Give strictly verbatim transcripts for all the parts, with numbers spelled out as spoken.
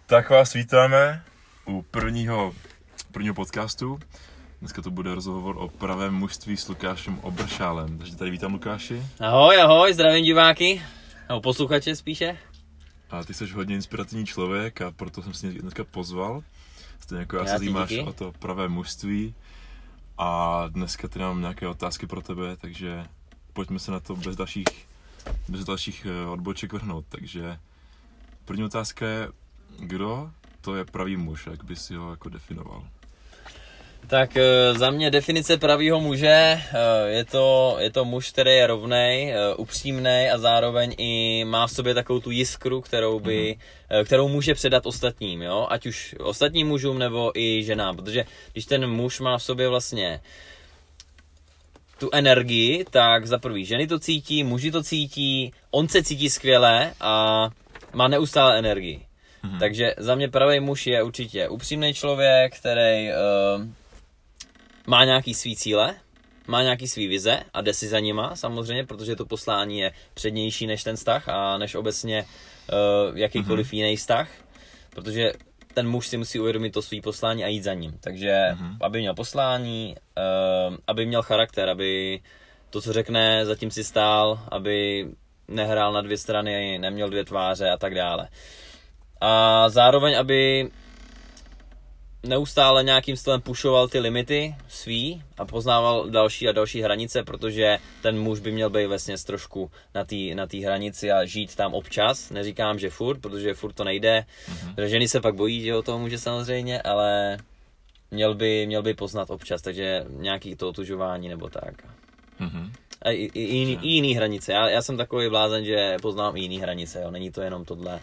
Tak vás vítáme u prvního, prvního podcastu. Dneska to bude rozhovor o pravém mužství s Lukášem Obršálem. Takže tady vítám, Lukáši. Ahoj, ahoj, zdravím diváky, nebo posluchače spíše. A ty jsi hodně inspirativní člověk a proto jsem si dneska pozval. Stejně jako já, já se zajímáš o to pravé mužství. A dneska tady mám nějaké otázky pro tebe, takže pojďme se na to bez dalších, bez dalších odboček vrhnout. Takže první otázka je, kdo to je pravý muž, jak bys si ho jako definoval? Tak za mě definice pravýho muže je to, je to muž, který je rovnej, upřímnej a zároveň i má v sobě takovou tu jiskru, kterou, by, mm-hmm. kterou může předat ostatním, jo? Ať už ostatním mužům nebo i ženám, protože když ten muž má v sobě vlastně tu energii, tak za prvý ženy to cítí, muži to cítí, on se cítí skvěle a má neustále energii. Mm-hmm. Takže za mě pravý muž je určitě upřímný člověk, který uh, má nějaký svý cíle, má nějaký svý vize a jde si za nima samozřejmě, protože to poslání je přednější než ten vztah a než obecně uh, jakýkoliv mm-hmm. jiný vztah, protože ten muž si musí uvědomit to svý poslání a jít za ním. Takže mm-hmm. aby měl poslání, uh, aby měl charakter, aby to, co řekne, zatím si stál, aby nehrál na dvě strany, neměl dvě tváře a tak dále. A zároveň, aby neustále nějakým stylem pushoval ty limity svý a poznával další a další hranice, protože ten muž by měl být vlastně trošku na té na té hranici a žít tam občas. Neříkám, že furt, protože furt to nejde. Mm-hmm. Protože ženy se pak bojí, že o toho muže samozřejmě, ale měl by, měl by poznat občas, takže nějaký to otužování nebo tak. Mm-hmm. A i, i, i, jiný, i jiný hranice. Já, já jsem takový blázen, že poznám i jiný hranice, jo. Není to jenom tohle.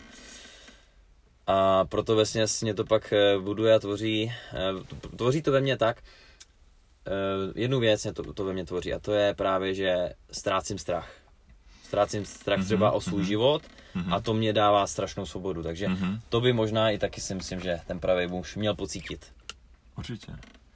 A proto vlastně mě to pak buduje a tvoří, tvoří to ve mně tak, jednu věc to, to ve mně tvoří a to je právě, že ztrácím strach. Ztrácím strach mm-hmm, třeba o svůj mm-hmm. život a to mě dává strašnou svobodu, takže mm-hmm. to by možná i taky si myslím, že ten pravý muž měl pocítit. Určitě.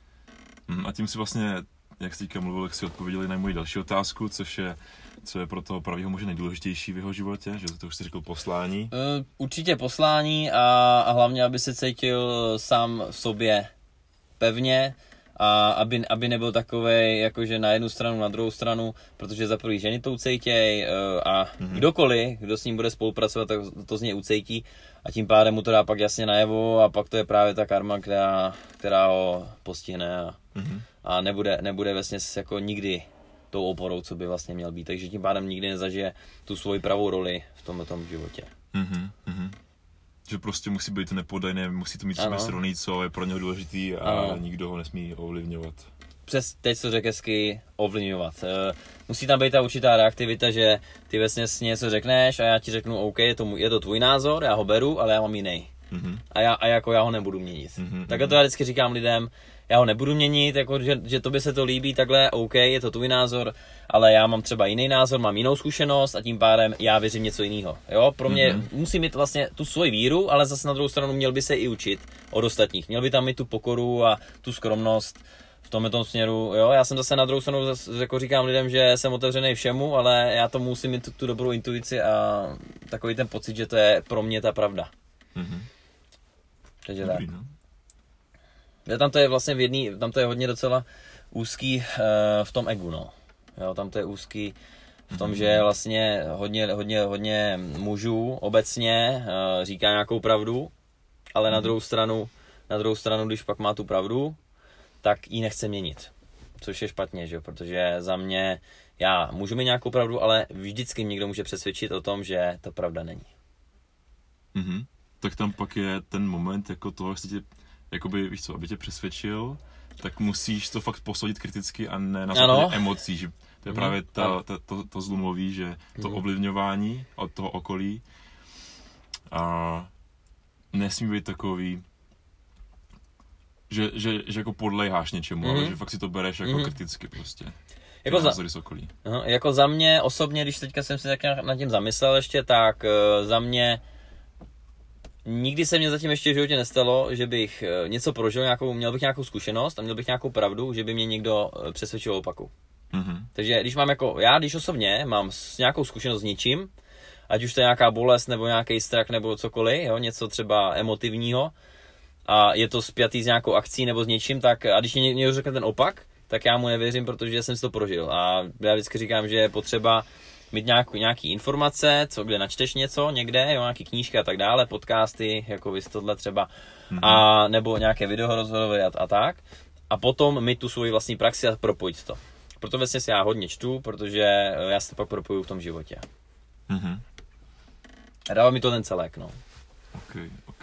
A tím si vlastně, jak jsi teďka mluvil, jak si odpověděli na moji další otázku, což je, co je pro toho pravýho muže nejdůležitější v jeho životě, že to už jsi řekl poslání? Uh, určitě poslání a, a hlavně, aby se cítil sám v sobě pevně a aby, aby nebyl takovej jakože na jednu stranu, na druhou stranu, protože za prvý ženy to ucejtěj uh, a mm-hmm. kdokoliv, kdo s ním bude spolupracovat, tak to z něj ucejtí a tím pádem mu to dá pak jasně najevo a pak to je právě ta karma, která, která ho postihne a, mm-hmm. a nebude, nebude vlastně jako nikdy tou oporou, co by vlastně měl být. Takže tím pádem nikdy nezažije tu svoji pravou roli v tomhle tom životě. Mm-hmm, mm-hmm. Že prostě musí být nepodajný, musí to mít sebe srovný, co je pro něho důležitý a ano. Nikdo ho nesmí ovlivňovat. Přes teď co řekl hezky, ovlivňovat. Musí tam být ta určitá reaktivita, že ty vlastně něco řekneš a já ti řeknu, OK, je to, je to tvůj názor, já ho beru, ale já mám jiný. Mm-hmm. A, já, a jako já ho nebudu měnit. Mm-hmm. Takhle to já vždycky říkám lidem, já ho nebudu měnit, jako, že, že tobě se to líbí, takhle, OK, je to tvůj názor, ale já mám třeba jiný názor, mám jinou zkušenost a tím pádem já věřím něco jiného. Jo, pro mě mm-hmm. musí mít vlastně tu svoji víru, ale zase na druhou stranu měl by se i učit od ostatních. Měl by tam mít tu pokoru a tu skromnost v tomhle směru. Jo, já jsem zase na druhou stranu, zase, jako říkám lidem, že jsem otevřený všemu, ale já to musím mít tu, tu dobrou intuici a takový ten pocit, že to je pro mě ta pravda. Mm-hmm. Takže Dobrý, tak. No. Tam to je vlastně v jedný, tam to je hodně docela úzký uh, v tom egu, no. Jo, tam to je úzký v tom, mm-hmm. že vlastně hodně, hodně, hodně mužů obecně uh, říká nějakou pravdu, ale mm-hmm. na druhou stranu, na druhou stranu, když pak má tu pravdu, tak ji nechce měnit. Což je špatně, že jo, protože za mě, já můžu mít nějakou pravdu, ale vždycky někdo může přesvědčit o tom, že to pravda není. Mm-hmm. Tak tam pak je ten moment jako toho, jestli tě jakoby, víš co, aby tě přesvědčil, tak musíš to fakt posoudit kriticky a ne na základě emocí, že to je právě ta, ta, to, to zlomový, že to ovlivňování od toho okolí a nesmí být takový, že, že, že jako podléháš něčemu, mm-hmm. ale že fakt si to bereš jako mm-hmm. kriticky prostě. Jako za, aha, jako za mě osobně, když teďka jsem si tak nad tím zamyslel ještě, tak uh, za mě nikdy se mě zatím ještě v životě nestalo, že bych něco prožil, nějakou, měl bych nějakou zkušenost a měl bych nějakou pravdu, že by mě někdo přesvědčil opaku. Mm-hmm. Takže když mám jako, já když osobně mám nějakou zkušenost s něčím ať už to je nějaká bolest, nebo nějaký strach, nebo cokoliv, jo, něco třeba emotivního, a je to spjatý s nějakou akcí nebo s něčím, tak a když někdo řekne ten opak, tak já mu nevěřím, protože jsem si to prožil. A já vždycky říkám, že je potřeba mít nějakou, nějaký informace, co kde načteš něco někde, jo, nějaký knížky a tak dále, podcasty, jako vy tohle třeba, mm-hmm. a nebo nějaké videorozhovory a, a tak. A potom mít tu svoji vlastní praxi a propojit to. Proto vlastně si já hodně čtu, protože já si to pak propojuju v tom životě. Mm-hmm. A dává mi to ten celek, no. Ok, ok.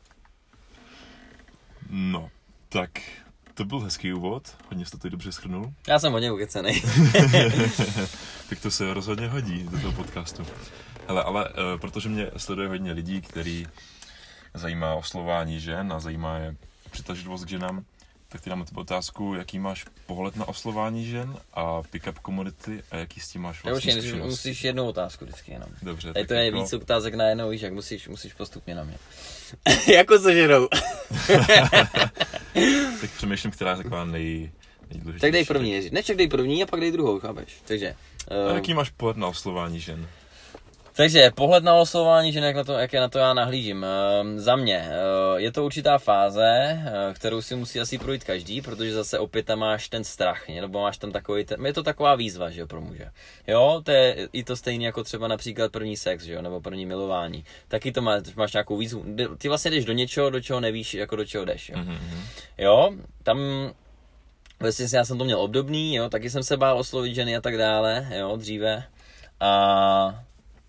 No, tak to byl hezký úvod, hodně jsi to tady dobře shrnul. Já jsem hodně ukecenej. Tak to se rozhodně hodí do toho podcastu. Hele, ale uh, protože mě sleduje hodně lidí, který zajímá oslovování žen a zajímá je přitažlivost k ženám, tak ty dám tebe otázku, jaký máš pohled na oslovování žen a pick-up komunity a jaký s tím máš vlastně zkušenost? Musíš jednu otázku vždycky jenom. Dobře. Tady to je jako víc otázek na jednou, víš, jak musíš, musíš postupně na mě. Jako se ženou. Tak přemýšlím, která je taková nej, nejdůležitější. Tak dej první, Jeří. Neček dej první a pak dej druhou, chápeš? Takže. Uh... A jaký máš pohled na oslovování žen? Takže pohled na oslovování žen, jak, na to, jak je na to já nahlížím. E, za mě e, je to určitá fáze, e, kterou si musí asi projít každý, protože zase opět tam máš ten strach, nebo máš tam takový, ten, je to taková výzva, že jo, pro muže. Jo, to je i to stejné jako třeba například první sex, že jo, nebo první milování. Taky to máš, máš nějakou výzvu. Ty vlastně jdeš do něčeho, do čeho nevíš, jako do čeho jdeš, jo. Mm-hmm. Jo, tam vlastně já jsem to měl obdobný, jo, taky jsem se bál oslovit ženy a tak dále, jo, dříve. A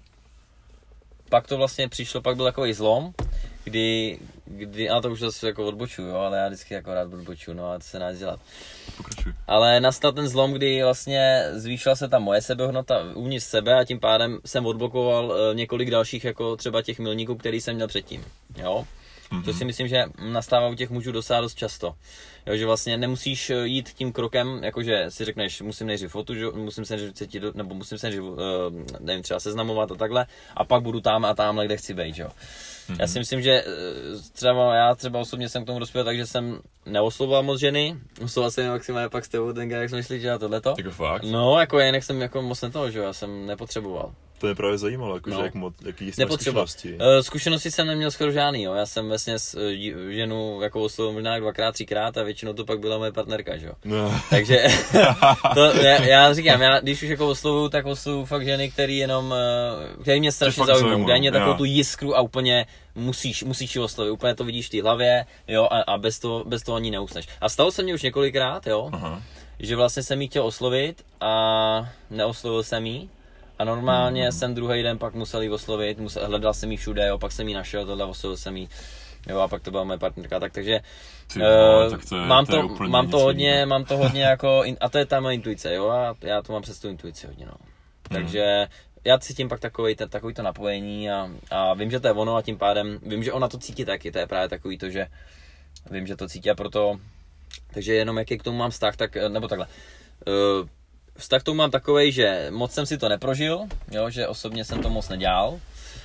pak to vlastně přišlo, pak byl takový zlom, kdy, kdy, a to už zase jako odbočuju, jo, ale já vždycky jako rád odbočuju, no a to se nedá dělat. Pokračuj. Ale nastal ten zlom, kdy vlastně zvýšila se ta moje sebehodnota uvnitř sebe a tím pádem jsem odblokoval několik dalších jako třeba těch milníků, který jsem měl předtím, jo. Mm-hmm. To si myslím, že nastává u těch mužů docela dost často. Jo, že vlastně nemusíš jít tím krokem, jakože si řekneš, musím nejdřív fotu, musím se nejdřív cítit, nebo musím se nejdřív, uh, nevím, třeba seznamovat a takhle, a pak budu tam a tamhle, kde chci být, jo. Mm-hmm. Já si myslím, že třeba já třeba osobně jsem k tomu dospěl tak, že jsem neoslovoval moc ženy, oslovoval jsem maximálně pak s tebou ten jak jsme mysleli, že a tohleto. Jako fakt? No, jako jinak jsem jako moc toho, že já jsem nepotřeboval. To mě právě zajímalo, jakože no. jak moc, jaký jsi zkušenosti. Uh, zkušenosti jsem neměl skoro žádný, jo. Já jsem vlastně s uh, ženu jako oslovil možná dvakrát, třikrát a většinou to pak byla moje partnerka, že jo. No. Takže to, já, já říkám, já když už jako oslovuju, tak oslovuju fakt ženy, který jenom, uh, který mě strašně zaujmou. Dají mě takovou tu jiskru a úplně musíš, musíš ji oslovit, úplně to vidíš v té hlavě, jo, a, a bez toho, bez toho ani neusneš. A stalo se mi už několikrát, jo, Aha. že vlastně jsem jí chtěl oslovit a neoslovil jsem jí. A normálně mm. jsem druhý den pak musel jí oslovit, musel, hledal jsem jí všude, jo, pak jsem jí našel, tohle oslovil jsem jí, jo, a pak to byla moje partnerka, tak takže Ty, uh, tak to je, mám to, je to, mám to hodně, jiný. mám to hodně jako, a to je ta moje intuice, jo, a já to mám přes tu intuici hodně, no. Mm. Takže já cítím pak takový, ten, takový to napojení a, a vím, že to je ono a tím pádem, vím, že ona to cítí taky, to je právě takový to, že vím, že to cítí a proto, takže jenom jaký k tomu mám vztah, tak, nebo takhle. Uh, Vztah k tomu mám takovej, že moc jsem si to neprožil, jo, že osobně jsem to moc nedělal,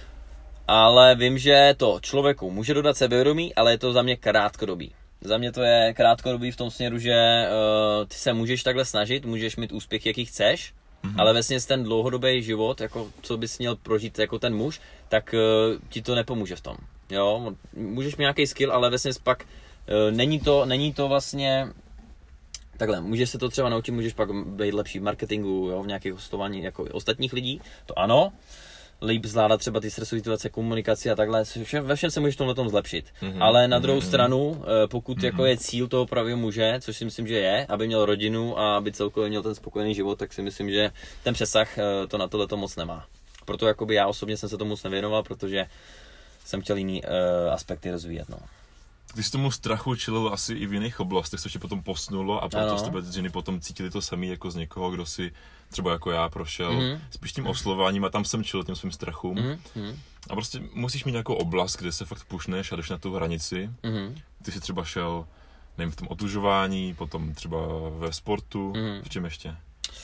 ale vím, že to člověku může dodat sebevědomí, ale je to za mě krátkodobý. Za mě to je krátkodobý v tom směru, že uh, ty se můžeš takhle snažit, můžeš mít úspěch, jaký chceš, mm-hmm. ale vlastně ten dlouhodobý život, jako co bys měl prožít jako ten muž, tak uh, ti to nepomůže v tom. Jo, můžeš mít nějaký skill, ale vlastně pak uh, není to, není to vlastně takhle, můžeš se to třeba naučit, můžeš pak být lepší v marketingu, jo, v nějakých hostování jako ostatních lidí, to ano, líp zvládat třeba ty stresové situace, komunikaci a takhle, vše, ve všem se můžeš tomhle tom zlepšit. Mm-hmm. Ale na druhou mm-hmm. stranu, pokud mm-hmm. jako je cíl toho pravého muže, což si myslím, že je, aby měl rodinu a aby celkově měl ten spokojený život, tak si myslím, že ten přesah to na tohle to moc nemá. Proto jakoby já osobně jsem se tomu moc nevěnoval, protože jsem chtěl jiný uh, aspekty rozvíjet, no. Když tomu strachu čelil asi i v jiných oblastech, což tě potom posnulo a proto jste ženy potom cítili to samý jako z někoho, kdo si třeba jako já prošel mm-hmm. spíš tím oslováním a tam jsem čelil těm svým strachům. Mm-hmm. A prostě musíš mít nějakou oblast, kde se fakt pušneš a jdeš na tu hranici. Mm-hmm. Ty jsi třeba šel, nevím, v tom otužování, potom třeba ve sportu, mm-hmm. v čem ještě?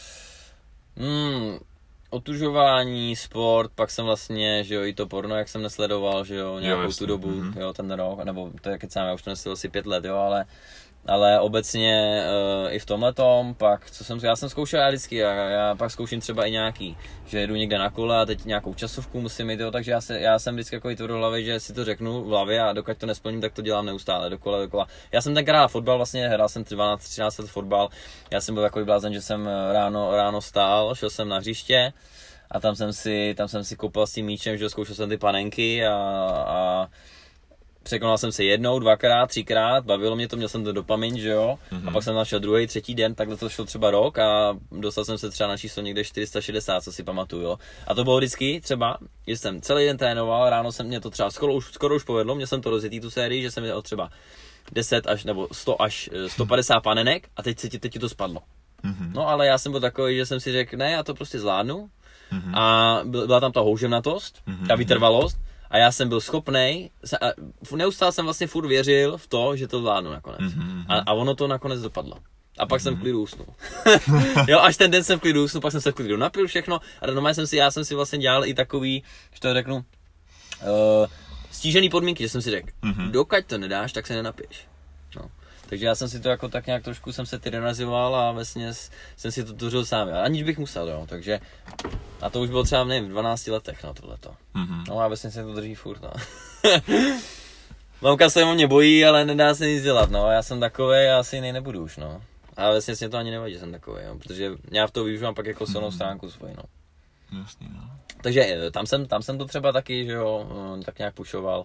Mm. Otužování, sport, pak jsem vlastně, že jo, i to porno, jak jsem nesledoval, že jo, nějakou jo, tu dobu, mm-hmm. jo, ten rok, nebo to je kecám, já už to nesledoval asi pět let, jo, ale Ale obecně uh, i v tomhletom, pak, co jsem, já jsem zkoušel já vždycky, já, já pak zkouším třeba i nějaký, že jedu někde na kole a teď nějakou časovku musím mít, jo, takže já, se, já jsem vždycky jako do hlavy, že si to řeknu v hlavě a dokud to nesplním, tak to dělám neustále, dokola, dokola. Já jsem tenkrát fotbal, vlastně hrál jsem dvanáct třináct let fotbal, já jsem byl takový blázen, že jsem ráno, ráno stál, šel jsem na hřiště a tam jsem si, tam jsem si koupil s tím míčem, že zkoušel jsem ty panenky a, a překonal jsem se jednou, dvakrát, třikrát, bavilo mě to, měl jsem to dopamin, že jo, mm-hmm. a pak jsem našel druhý, třetí den, takhle to šlo třeba rok a dostal jsem se třeba na číslo někde čtyři sta šedesát, co si pamatuju, jo. A to bylo vždycky třeba, že jsem celý den trénoval, ráno jsem mě to třeba skoro už, skoro už povedlo, měl jsem to rozjetý tu sérii, že jsem měl třeba deset až nebo sto až sto padesát panenek a teď se ti, teď ti to spadlo. Mm-hmm. No ale já jsem byl takový, že jsem si řekl, ne, já to prostě zvládnu mm-hmm. a byla tam ta houževnatost, mm-hmm. ta vytrvalost. A já jsem byl schopnej, neustále jsem vlastně furt věřil v to, že to zvládnu nakonec. Mm-hmm. A, a ono to nakonec dopadlo. A pak mm-hmm. jsem v klidu usnul. Jo, až ten den jsem v klidu usnul, pak jsem se v klidu napil všechno. A normálně jsem si, já jsem si vlastně dělal i takový, že to řeknu, uh, stížený podmínky, že jsem si řekl, mm-hmm. dokud to nedáš, tak se nenapiješ. No. Takže já jsem si to jako tak nějak trošku jsem se tyranizoval a vlastně jsem si to tvořil sám, aniž bych musel, jo, takže a to už bylo třeba, nevím, v dvanácti letech, no, tohleto. Mm-hmm. No a vlastně se to drží furt, no. Mamka se o mě bojí, ale nedá se nic dělat, no, já jsem takovej a asi jiný nebudu už, no. A vlastně mě to ani nevadí, že jsem takovej, jo, protože já v toho využívám pak jako silnou stránku svoji, no. Jasný, no. Takže tam jsem, tam jsem to třeba taky, že jo, tak nějak pušoval.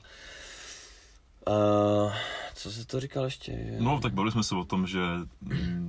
Uh, co jsi to říkal ještě? Že... No, tak bavili jsme se o tom, že mm,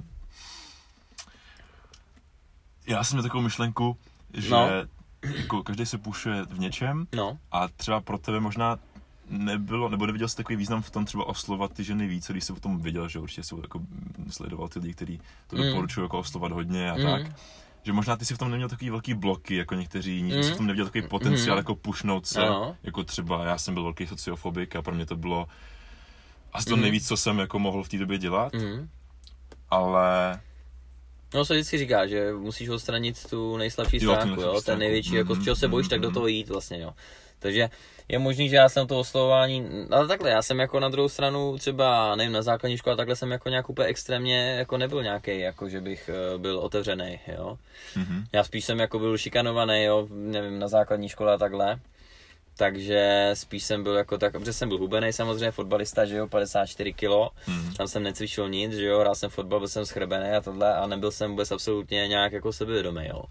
já jsem měl takovou myšlenku, že no. jako každý se pušuje v něčem no. a třeba pro tebe možná nebylo, nebo neviděl jsi takový význam v tom třeba oslovat ty ženy víc, když jsi o tom viděl, že určitě jsou jako sledoval ty lidi, kteří to mm. doporučují jako oslovat hodně a mm. tak. Že možná ty si v tom neměl takový velký bloky, jako někteří jiní, mm. že jsi v tom neviděl takový potenciál, mm. jako pušnout se, ano. jako třeba já jsem byl velký sociofobik a pro mě to bylo asi to mm. nejvíc, co jsem jako mohl v té době dělat, mm. ale... No se vždycky říká, že musíš odstranit tu nejslabší stránku, jo, ten největší, mm. jako z čeho se bojíš, mm. tak do toho jít vlastně, jo. Takže je možný, že já jsem to oslovování, ale takhle, já jsem jako na druhou stranu třeba, nevím, na základní škole, takhle jsem jako nějak úplně extrémně, jako nebyl nějaký, jako že bych byl otevřený, jo. Mm-hmm. Já spíš jsem jako byl šikanovaný, jo, nevím, na základní škole a takhle. Takže spíš jsem byl jako tak, protože jsem byl hubenej samozřejmě, fotbalista, že jo, padesát čtyři kilo, mm-hmm. tam jsem necvičil nic, že jo, hrál jsem fotbal, byl jsem schrbený a tohle a nebyl jsem vůbec absolutně nějak jako sebevědomý, jo.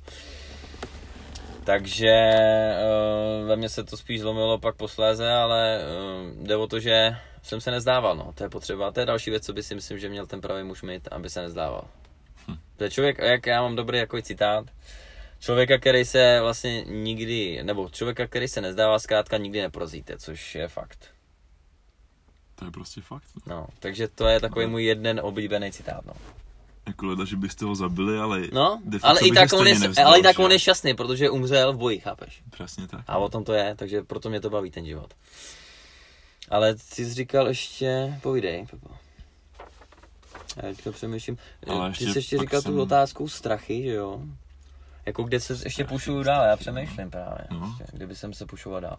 Takže uh, ve mně se to spíš zlomilo pak posléze, ale uh, jde o to, že jsem se nezdával, no, to je potřeba, to je další věc, co by si myslím, že měl ten pravý muž mít, aby se nezdával. Hm. Protože člověk, jak já mám dobrý jako citát, člověka, který se vlastně nikdy, nebo člověka, který se nezdává, zkrátka nikdy neprozíte, což je fakt. To je prostě fakt. No, no takže to je takový no. můj jeden oblíbený citát, no. Jako leda, že byste ho zabili, ale... No, ale i, tak on je, nevzdal, ale i tak on je šťastný, protože umřel v boji, chápeš? Přesně tak. A o tom to je, takže proto mě to baví ten život. Ale ty jsi říkal ještě, povídej, Pepo. Já teďka přemýšlím. Ale ty jsi ještě říkal jsem... tu otázku strachy, že jo? Jako kde se ještě pušuju dál, já přemýšlím právě, no. ještě, kdyby jsem se pušoval dál.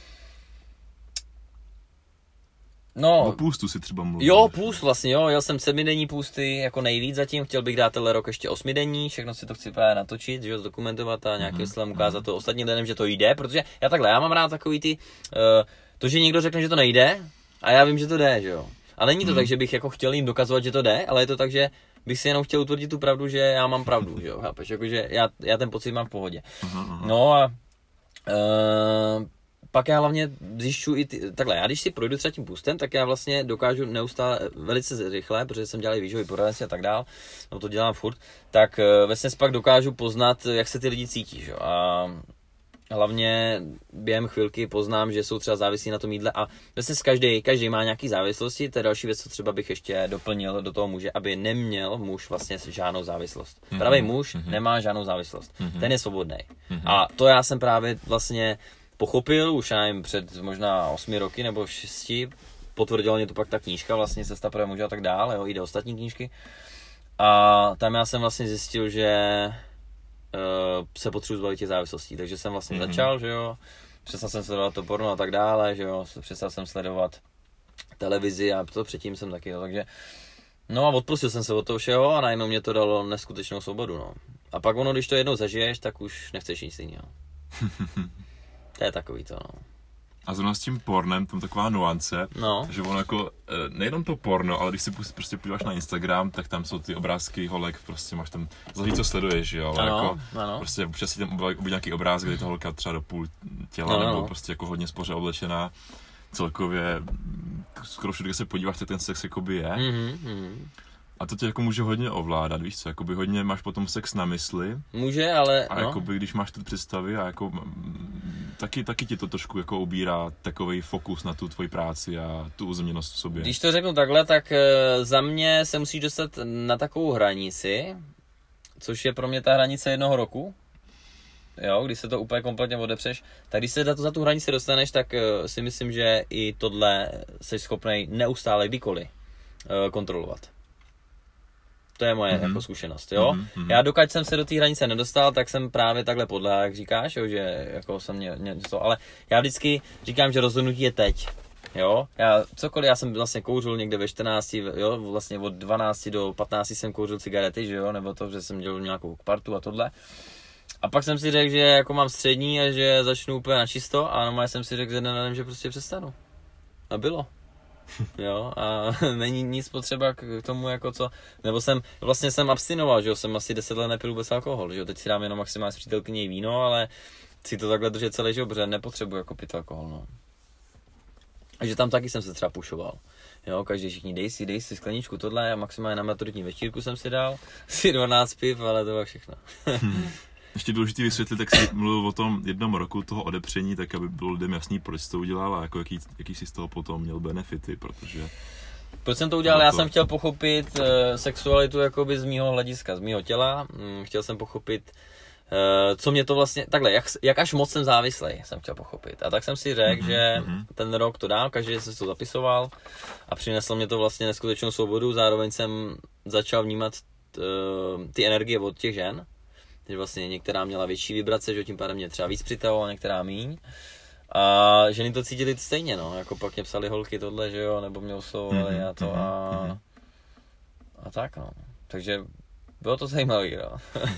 No, o půstu si třeba mluvil. Jo, půst vlastně, jo, jel jsem sedmidenní půsty jako nejvíc zatím, chtěl bych dát tenhle rok ještě osmidenní, všechno si to chci právě natočit, že jo, zdokumentovat a nějakým mm-hmm. ukázat to ostatním lidem, že to jde, protože já takhle, já mám rád takový ty, uh, to, že někdo řekne, že to nejde a já vím, že to jde, že jo. A není to mm. tak, že bych jako chtěl jim dokazovat, že to jde, ale je to tak, že bych si jenom chtěl utvrdit tu pravdu, že já mám pravdu, že jo, chápeš, jakože já, já ten pocit mám v pohodě. Aha. No a uh, pak já hlavně zjišťuji i ty, takhle, já když si projdu třeba tím půstem, tak já vlastně dokážu neustále velice rychle, protože jsem dělal výživový poradenství a tak dál, no to dělám furt, tak uh, vlastně pak dokážu poznat, jak se ty lidi cítí, že jo, a hlavně během chvilky poznám, že jsou třeba závislí na tom jídle a vlastně každý, každý má nějaký závislosti, to je další věc, co třeba bych ještě doplnil do toho muže, aby neměl muž vlastně žádnou závislost. Mm-hmm. Pravý muž mm-hmm. nemá žádnou závislost, mm-hmm. ten je svobodný. Mm-hmm. A to já jsem právě vlastně pochopil, už já nevím, před možná osmi roky nebo šesti, potvrdila mě to pak ta knížka, vlastně Cesta pro muže a tak dále, jo, i do ostatní knížky. A tam já jsem vlastně zjistil, že Uh, se potřebuji zbavit těch závislostí, takže jsem vlastně mm-hmm. začal, že jo, přestal jsem sledovat to porno a tak dále, že jo, přestal jsem sledovat televizi a to předtím jsem taky, jo, takže No a odpustil jsem se od toho všeho a najednou mě to dalo neskutečnou svobodu, no. A pak ono, když to jednou zažiješ, tak už nechceš nic jiného. To je takový to, no. A zrovna s tím pornem, tam taková nuance, no. že ono jako, nejenom to porno, ale když si prostě podíváš na Instagram, tak tam jsou ty obrázky holek, prostě máš tam, záleží co sleduješ, jo, ale ano, jako, ano. prostě občas si tam objeví nějaký obrázek, kde ta holka třeba do půl těla, no, nebo no. prostě jako hodně spoře oblečená, celkově, skoro všude, kde se podíváš, tak ten sex jakoby je. Mm-hmm. A to tě jako může hodně ovládat, víš co, jakoby hodně máš potom sex na mysli. Může, ale a no. jakoby, když máš ty představy a jako taky, taky ti to trošku jako ubírá takovej fokus na tu tvoji práci a tu uzemněnost v sobě. Když to řeknu takhle, tak za mě se musíš dostat na takovou hranici, což je pro mě ta hranice jednoho roku. Jo, když se to úplně kompletně odepřeš, tak když se za tu, za tu hranici dostaneš, tak uh, si myslím, že i tohle jsi schopnej neustále kdykoliv uh, kontrolovat. To je moje mm-hmm. jako zkušenost, jo. Mm-hmm. Já dokud jsem se do té hranice nedostal, tak jsem právě takhle podle, jak říkáš, jo, že jako jsem mě, mě to, ale já vždycky říkám, že rozhodnutí je teď. Jo, já cokoliv, já jsem vlastně kouřil někde ve čtrnácti, jo, vlastně od dvanácti do patnácti jsem kouřil cigarety, že jo, nebo to, že jsem dělal nějakou partu a tohle. A pak jsem si řekl, že jako mám střední a že začnu úplně na čisto a normálně jsem si řekl ze dne na den, že prostě přestanu. A bylo. Jo, a není nic potřeba k tomu jako co, nebo jsem, vlastně jsem abstinoval, že jo, jsem asi deset let nepil vůbec alkohol, že jo, teď si dám jenom maximálně s přítelkyní víno, ale chci to takhle držet celý život, protože nepotřebuji jako pít alkohol, no. A že tam taky jsem se třeba pušoval. Jo, každý všichni dej si, dej si skleničku tohle a maximálně na maturitní večírku jsem si dal, si dvanáct piv, ale to bylo všechno. Ještě důležitý vysvětlit, tak jsi mluvil o tom jednom roku toho odepření, tak aby bylo lidem jasný, proč jsi to udělal a jako jaký, jaký jsi z toho potom měl benefity, protože... Proč jsem to udělal? Já to... jsem chtěl pochopit uh, sexualitu jakoby z mýho hlediska, z mýho těla. Mm, chtěl jsem pochopit, uh, co mě to vlastně... Takhle, jak, jak až moc jsem závislej, jsem chtěl pochopit. A tak jsem si řekl, mm-hmm, že mm-hmm. ten rok to dál, každý jsem to zapisoval a přinesl mě to vlastně neskutečnou svobodu. Zároveň jsem začal vnímat uh, ty energie od těch žen. Takže vlastně některá měla větší vibrace, že tím pádem mě třeba víc přitahovala, některá míň. A ženy to cítily stejně, no, jako pak mě psali holky tohle, že jo, nebo mě oslovovali a to a... A tak, no. Takže bylo to zajímavé, jo.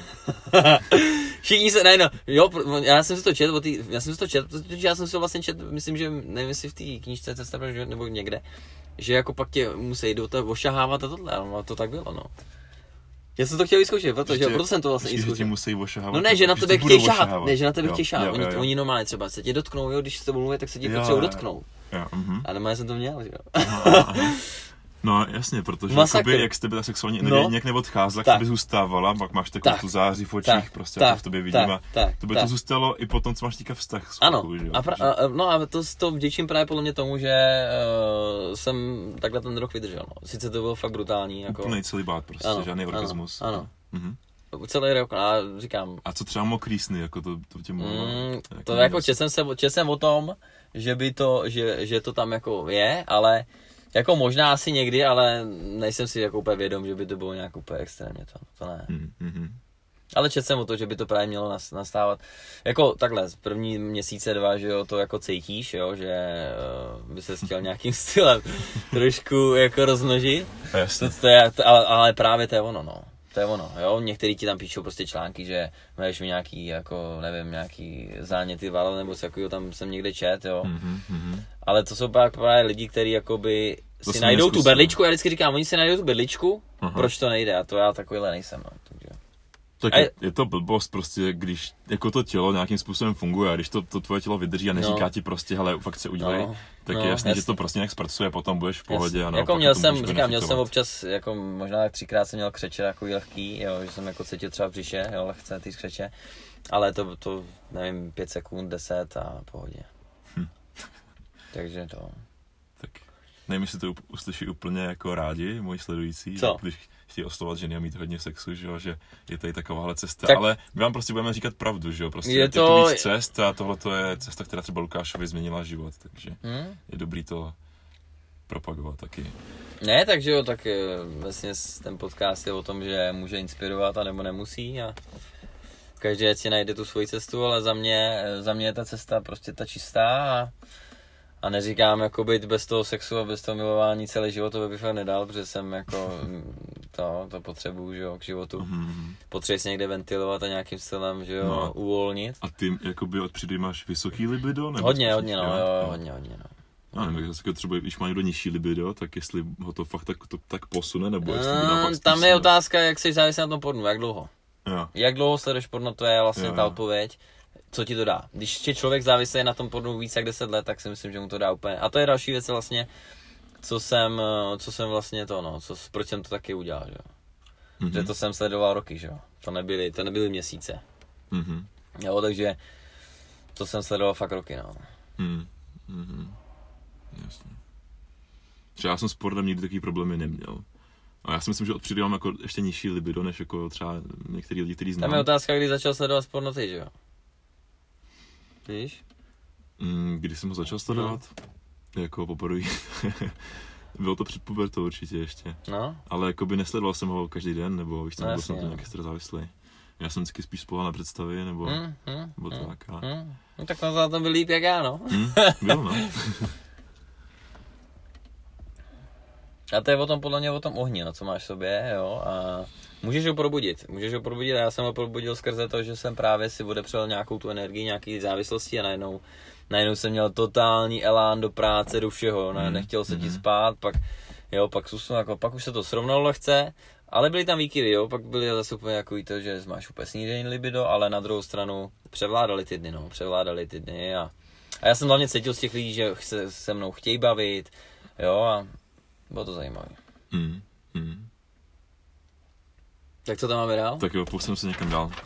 Všichni se, ne, no, jo, já jsem si to četl, tý, já jsem si to četl, protože já jsem si to vlastně četl, myslím, že, nevím jestli v té knížce Cesta pro život nebo někde, že jako pak tě musí do toho ošahávat a tohle, ale to tak bylo, no. Já jsem to chtěl vyzkoušet, protože tě, proto jsem to vlastně vyzkoušel. Že musí ošahávat. No ne, že na tebe chtějí šahat, ne, že na tebe chtějí šahat. Oni, oni normálně třeba se tě dotknou, jo, když se tebou mluví, tak se tě potřebují dotknout. Jo, uh-huh. A normálně jsem to měl, že jo. Aha, aha. No jasně, protože jakoby, jak z tebe ta sexuální energie no. nějak neodcházela, tak by zůstávala, pak máš takovou tu záři v očích, tak, prostě tak, jako v tobě vidím tak, a tak, to by tak. to zůstalo i potom, co máš týka vztah s ano, holkou, že jo? A pra, a, no a to, to vděčím právě podle mě tomu, že uh, jsem takhle ten rok vydržel, no. Sice to bylo fakt brutální. Jako... Úplnej celibát prostě, ano, žádný orgasmus. Ano, ano. Mhm. Celý rok, a říkám... A co třeba mokrý sny, jako to, to tě mohlo... Mm, to jako četl jsem, se, četl jsem o tom, že by to, že, že to tam jako je, ale jako možná asi někdy, ale nejsem si jako úplně vědom, že by to bylo nějak úplně extrémně to, to ne. Mm-hmm. Ale četl jsem o to, že by to právě mělo nastávat, jako takhle, z první měsíce dva, že jo, to jako cítíš, jo, že uh, by se chtěl nějakým stylem trošku jako rozmnožit. To, to je, to, ale, ale právě to je ono, no. To je ono, jo, některý ti tam píšou prostě články, že máš nějaký, jako, nevím, nějaký záněty val, nebo co jako tam jsem někde čet, jo. Mm-hmm. Ale to jsou pak právě lidi, kteří jakoby to si najdou tu berličku, já vždycky říkám, oni si najdou tu berličku, uh-huh. proč to nejde, a to já takovýhle nejsem, no. Takže... Tak je, je to blbost prostě, když jako to tělo nějakým způsobem funguje a když to, to tvoje tělo vydrží a neříká no. ti prostě, hele, fakt se udělej, no. tak no, je jasný, jasný, že to prostě nějak zpracuje, potom budeš v pohodě. Ano, jako měl jsem, říkám, měl jsem občas, jako možná třikrát jsem měl křeče jako lehký, jo, že jsem jako cítil třeba v břiše, jo, lehce ty křeče, ale to, to nevím, pět sekund, deset a pohodě. Hm. Takže to... Tak nevím, jestli to uslyší úplně jako rádi, moji sledující, co? Když chtějí oslovovat ženy a mít hodně sexu, že, jo, že je tady takováhle cesta, tak ale my vám prostě budeme říkat pravdu, že jo, prostě je, je to... to víc cest a tohle to je cesta, která třeba Lukášovi změnila život, takže hmm? je dobrý to propagovat taky. Ne, takže jo, tak vlastně ten podcast je o tom, že může inspirovat a nebo nemusí a každý si najde tu svoji cestu, ale za mě, za mě je ta cesta prostě ta čistá a A neříkám jako být bez toho sexu a bez toho milování celý život, to bych fakt nedal, protože jsem jako to, to potřebuju, že jo, k životu. Mm-hmm. Potřebuji si někde ventilovat a nějakým stylem, že jo, no, uvolnit. A ty jakoby od přírody máš vysoký libido? Nebo hodně, hodně, no, jo, jo, hodně, hodně, no. Já nevím, zase třeba když má někdo nižší libido, tak jestli ho to fakt tak, to, tak posune, nebo jestli by naopak tam je otázka, jak jsi závisí na tom pornu, jak dlouho. Jo. Jak dlouho sleduješ porno, to je vlastně jo, ta jo. odpověď. Co ti to dá? Když je člověk závislý na tom pornu víc jak deset let, tak si myslím, že mu to dá úplně. A to je další věc vlastně, co jsem, co jsem vlastně to, no, co, proč jsem to taky udělal, že jo. Mm-hmm. Že to jsem sledoval roky, že jo. To nebyly, to nebyly měsíce. Mm-hmm. Jo, takže to jsem sledoval fakt roky, no. Mm-hmm. Jasně. Třeba já jsem s pornem nikdy takový problémy neměl. A já si myslím, že od přírody mám jako ještě nižší libido, než jako třeba některý lidi, kteří znám. Tam je otázka, kdy začal sledovat porno ty, že jo? Víš? Mm, kdy jsem ho začal sledovat? No. Jako poprvé. Bylo to před pubertou určitě ještě. No. Ale jakoby nesledoval jsem ho každý den, nebo víš, no, byl jsem to nějaký extra závislý. Já jsem vždycky spíš spolal na představě, nebo, mm, mm, nebo mm, tak. A... Mm. No tak na tom byl líp jak já, no. Mm, byl, no. A to je o tom, podle mě o tom ohni, no, co máš v sobě, jo, a můžeš ho probudit, můžeš ho probudit a já jsem ho probudil skrze to, že jsem právě si odepřel nějakou tu energii, nějaký závislosti a najednou, najednou jsem měl totální elán do práce, do všeho, ne, nechtěl se ti spát, pak, jo, pak susnu, jako, pak už se to srovnalo lehce, ale byly tam výkyvy, jo, pak byly zase úplně jako to, že máš úplně snížený libido, ale na druhou stranu převládaly ty dny, no, převládaly ty dny a, a já jsem hlavně cítil z těch lidí, že se se mnou chtějí bavit, jo, a bylo to zajímavé. Mm, mm. Tak co tam máme dál? Tak jo, posuneme se někam dál.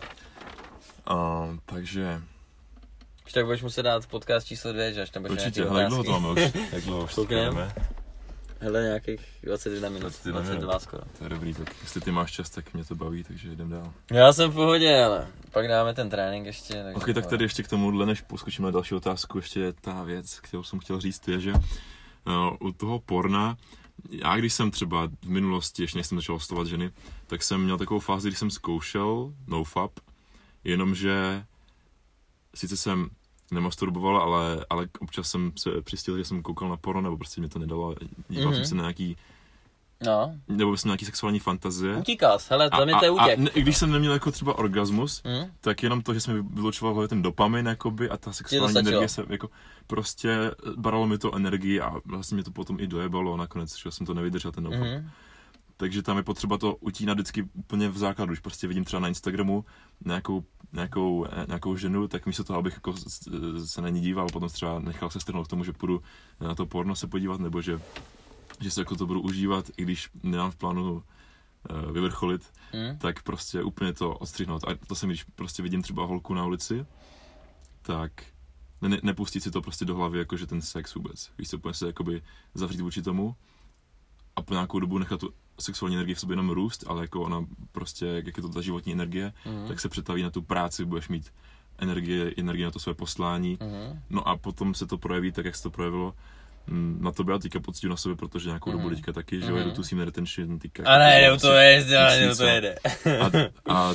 Uh, takže... Už tak budeš muset dát podcast číslo dvě, že až tam budeš určitě, hele, jak dlouho to máme už? Jak dlouho už Koukneme? Hele, nějakých dvacet jedna minut, dvacet dva skoro. To je dobrý, tak jestli ty máš čas, tak mě to baví, takže jdem dál. Já jsem v pohodě, ale pak dáme ten trénink ještě. Ok, tak tady ještě k tomuhle, než poskočíme na další otázku, ještě ta věc, kterou jsem chtěl říct, je, že uh, u toho porna, já když jsem třeba v minulosti, ještě než jsem začal hostovat ženy, tak jsem měl takovou fázi, kdy jsem zkoušel nofap, jenomže sice jsem nemasturboval, ale, ale občas jsem se přistil, že jsem koukal na porno, nebo prostě mě to nedalo, díval mm-hmm. jsem se na nějaký, no. nebo jsem na nějaký sexuální fantazie. Utíkal jsi, hele, to mi to je útěk. A, a, a když jsem neměl jako třeba orgasmus, mm. tak jenom to, že jsem vylučoval hlavně ten dopamin, jakoby, a ta sexuální energie se jako prostě bralo mi to energii a vlastně mě to potom i dojebalo a nakonec, že jsem to nevydržel, ten nofap. Mm. Takže tam je potřeba to utínat vždycky úplně v základu, když prostě vidím třeba na Instagramu nějakou, nějakou, nějakou ženu, tak místo toho, abych jako se na ní díval, potom třeba nechal se strhnout k tomu, že půjdu na to porno se podívat, nebo že, že se jako to budu užívat, i když nemám v plánu uh, vyvrcholit, mm. tak prostě úplně to odstřihnout. A to se mi, když prostě vidím třeba holku na ulici, tak ne, nepustit si to prostě do hlavy, jakože ten sex vůbec. Víš co, úplně se jakoby zavřít vůči tomu a po nějakou dobu nechat tu sexuální energie v sobě jenom růst, ale jako ona prostě, jak je to ta životní energie, mm. tak se přetaví na tu práci, budeš mít energie, energie na to své poslání, mm. no a potom se to projeví tak, jak se to projevilo na to, já teďka pocítím na sobě, protože nějakou mm. dobu teďka taky, že jo, jedu tu semen retention, teďka... A ne, jde to jde, jde to jede. A, a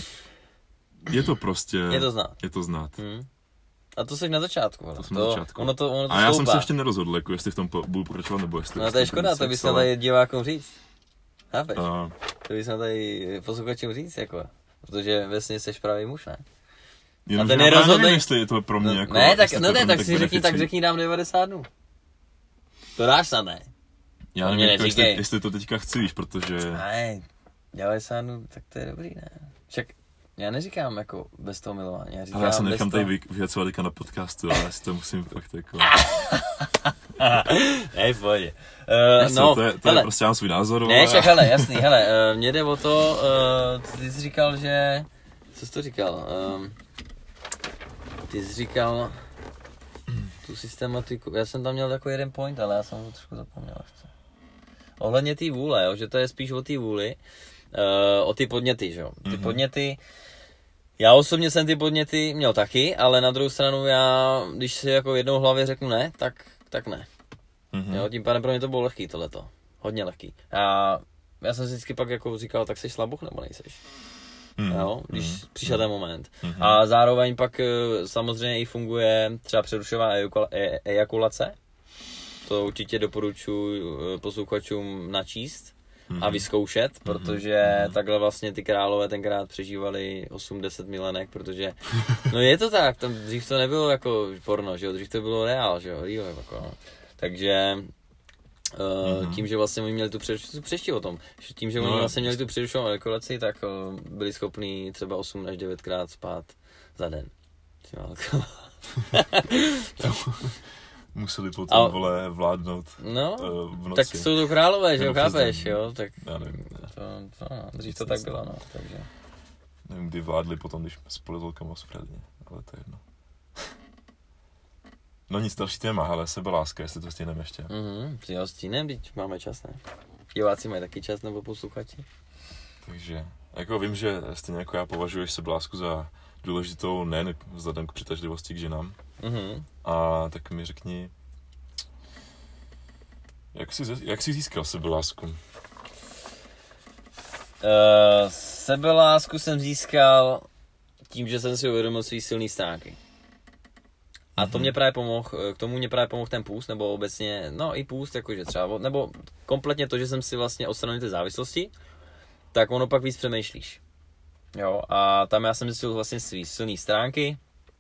je to prostě... Je to znát. Je to znát. Mm. A to jsi na začátku, to jsem to, na začátku. Ono to, ono to a já stoupá. Jsem se ještě nerozhodl, jako jestli v tom budu pokračovat, nebo jestli... No to je škoda, to bys měl tady divákům říct. Chápeš? A... To bys měl tady posluchačům říct, jako, protože vesně jsi pravý muž, ne? Jenom, a ten nerozhodný... Já nevím, jestli je to pro mě no, jako... Ne, tak, no ne, tak si řekni, tak řekni dám devadesát dnů. To dáš snad, ne? Já nevím, jako jestli, jestli to teďka chci, víš, protože... Ne, devadesát dnů, tak to je dobrý, ne? Však já neříkám jako bez toho milování, já říkám ale já se nechám tady toho... vyhacovat teďka na podcastu, ale já si to musím fakt jako... Hej, v pohodě. Uh, no, to je, to je prostě mám svůj názor. Ne, však hele, jasný, hele, uh, mě jde o to, uh, ty jsi říkal, že... Co jsi to říkal? Um, ty jsi říkal tu systematiku, já jsem tam měl jako jeden point, ale já jsem ho trošku zapomněl. Ohledně té vůle, jo, že to je spíš o té vůli, uh, o ty podněty, že jo. Ty mm-hmm. podněty, já osobně jsem ty podněty měl taky, ale na druhou stranu já, když si jako jednou v hlavě řeknu ne, tak, tak ne. Mm-hmm. Jo, tím pádem pro mě to bylo lehký tohleto, hodně lehký. A já jsem si vždycky pak jako říkal, tak jsi slaboch nebo nejseš? Mm-hmm. Jo, když mm-hmm. přišel ten moment. Mm-hmm. A zároveň pak samozřejmě i funguje třeba přerušová ejakulace. to určitě doporučuji posluchačům načíst Mhm. a vyzkoušet, protože Mhm. takhle vlastně ty králové tenkrát přežívali osm deset milenek, protože, no je to tak, tam dřív to nebylo jako porno, že jo, dřív to bylo reál, že jo, real, jako, no. Takže uh, Mhm. tím, že vlastně oni měli tu přerušenou, přeště o tom, že tím, že oni No, vlastně měli tu přerušenou ejakulaci, tak uh, byli schopní třeba osm až devět krát spát za den. Museli potom, A- vole, vládnout No, uh, v noci. tak jsou to králové, že jo, Nebo přes chápeš, den. jo, tak Já nevím, to, to, no, dřív to tak bylo, no, takže. nevím, kdy vládli potom, když spolu s holkama spredně, ale to je jedno. No nic, další téma, hele, sebeláska, jestli to stihneme ještě. Mhm, jo, stíneme, teď máme čas, ne? Diváci mají taky čas, nebo posluchači? Takže, jako vím, že stejně jako já považuješ sebelásku za důležitou nejen vzhledem k přitažlivosti k ženám. Mhm. A tak mi řekni, jak jsi, jak jsi získal sebelásku? Uh, sebelásku jsem získal tím, že jsem si uvědomil svý silný stránky. A to mě právě pomohl, k tomu mě právě pomohl ten půst, nebo obecně, no i půst, jakože třeba, nebo kompletně to, že jsem si vlastně odstranil ty závislosti, tak ono pak víc přemýšlíš. Jo, a tam já jsem zjistil vlastně svý silný stránky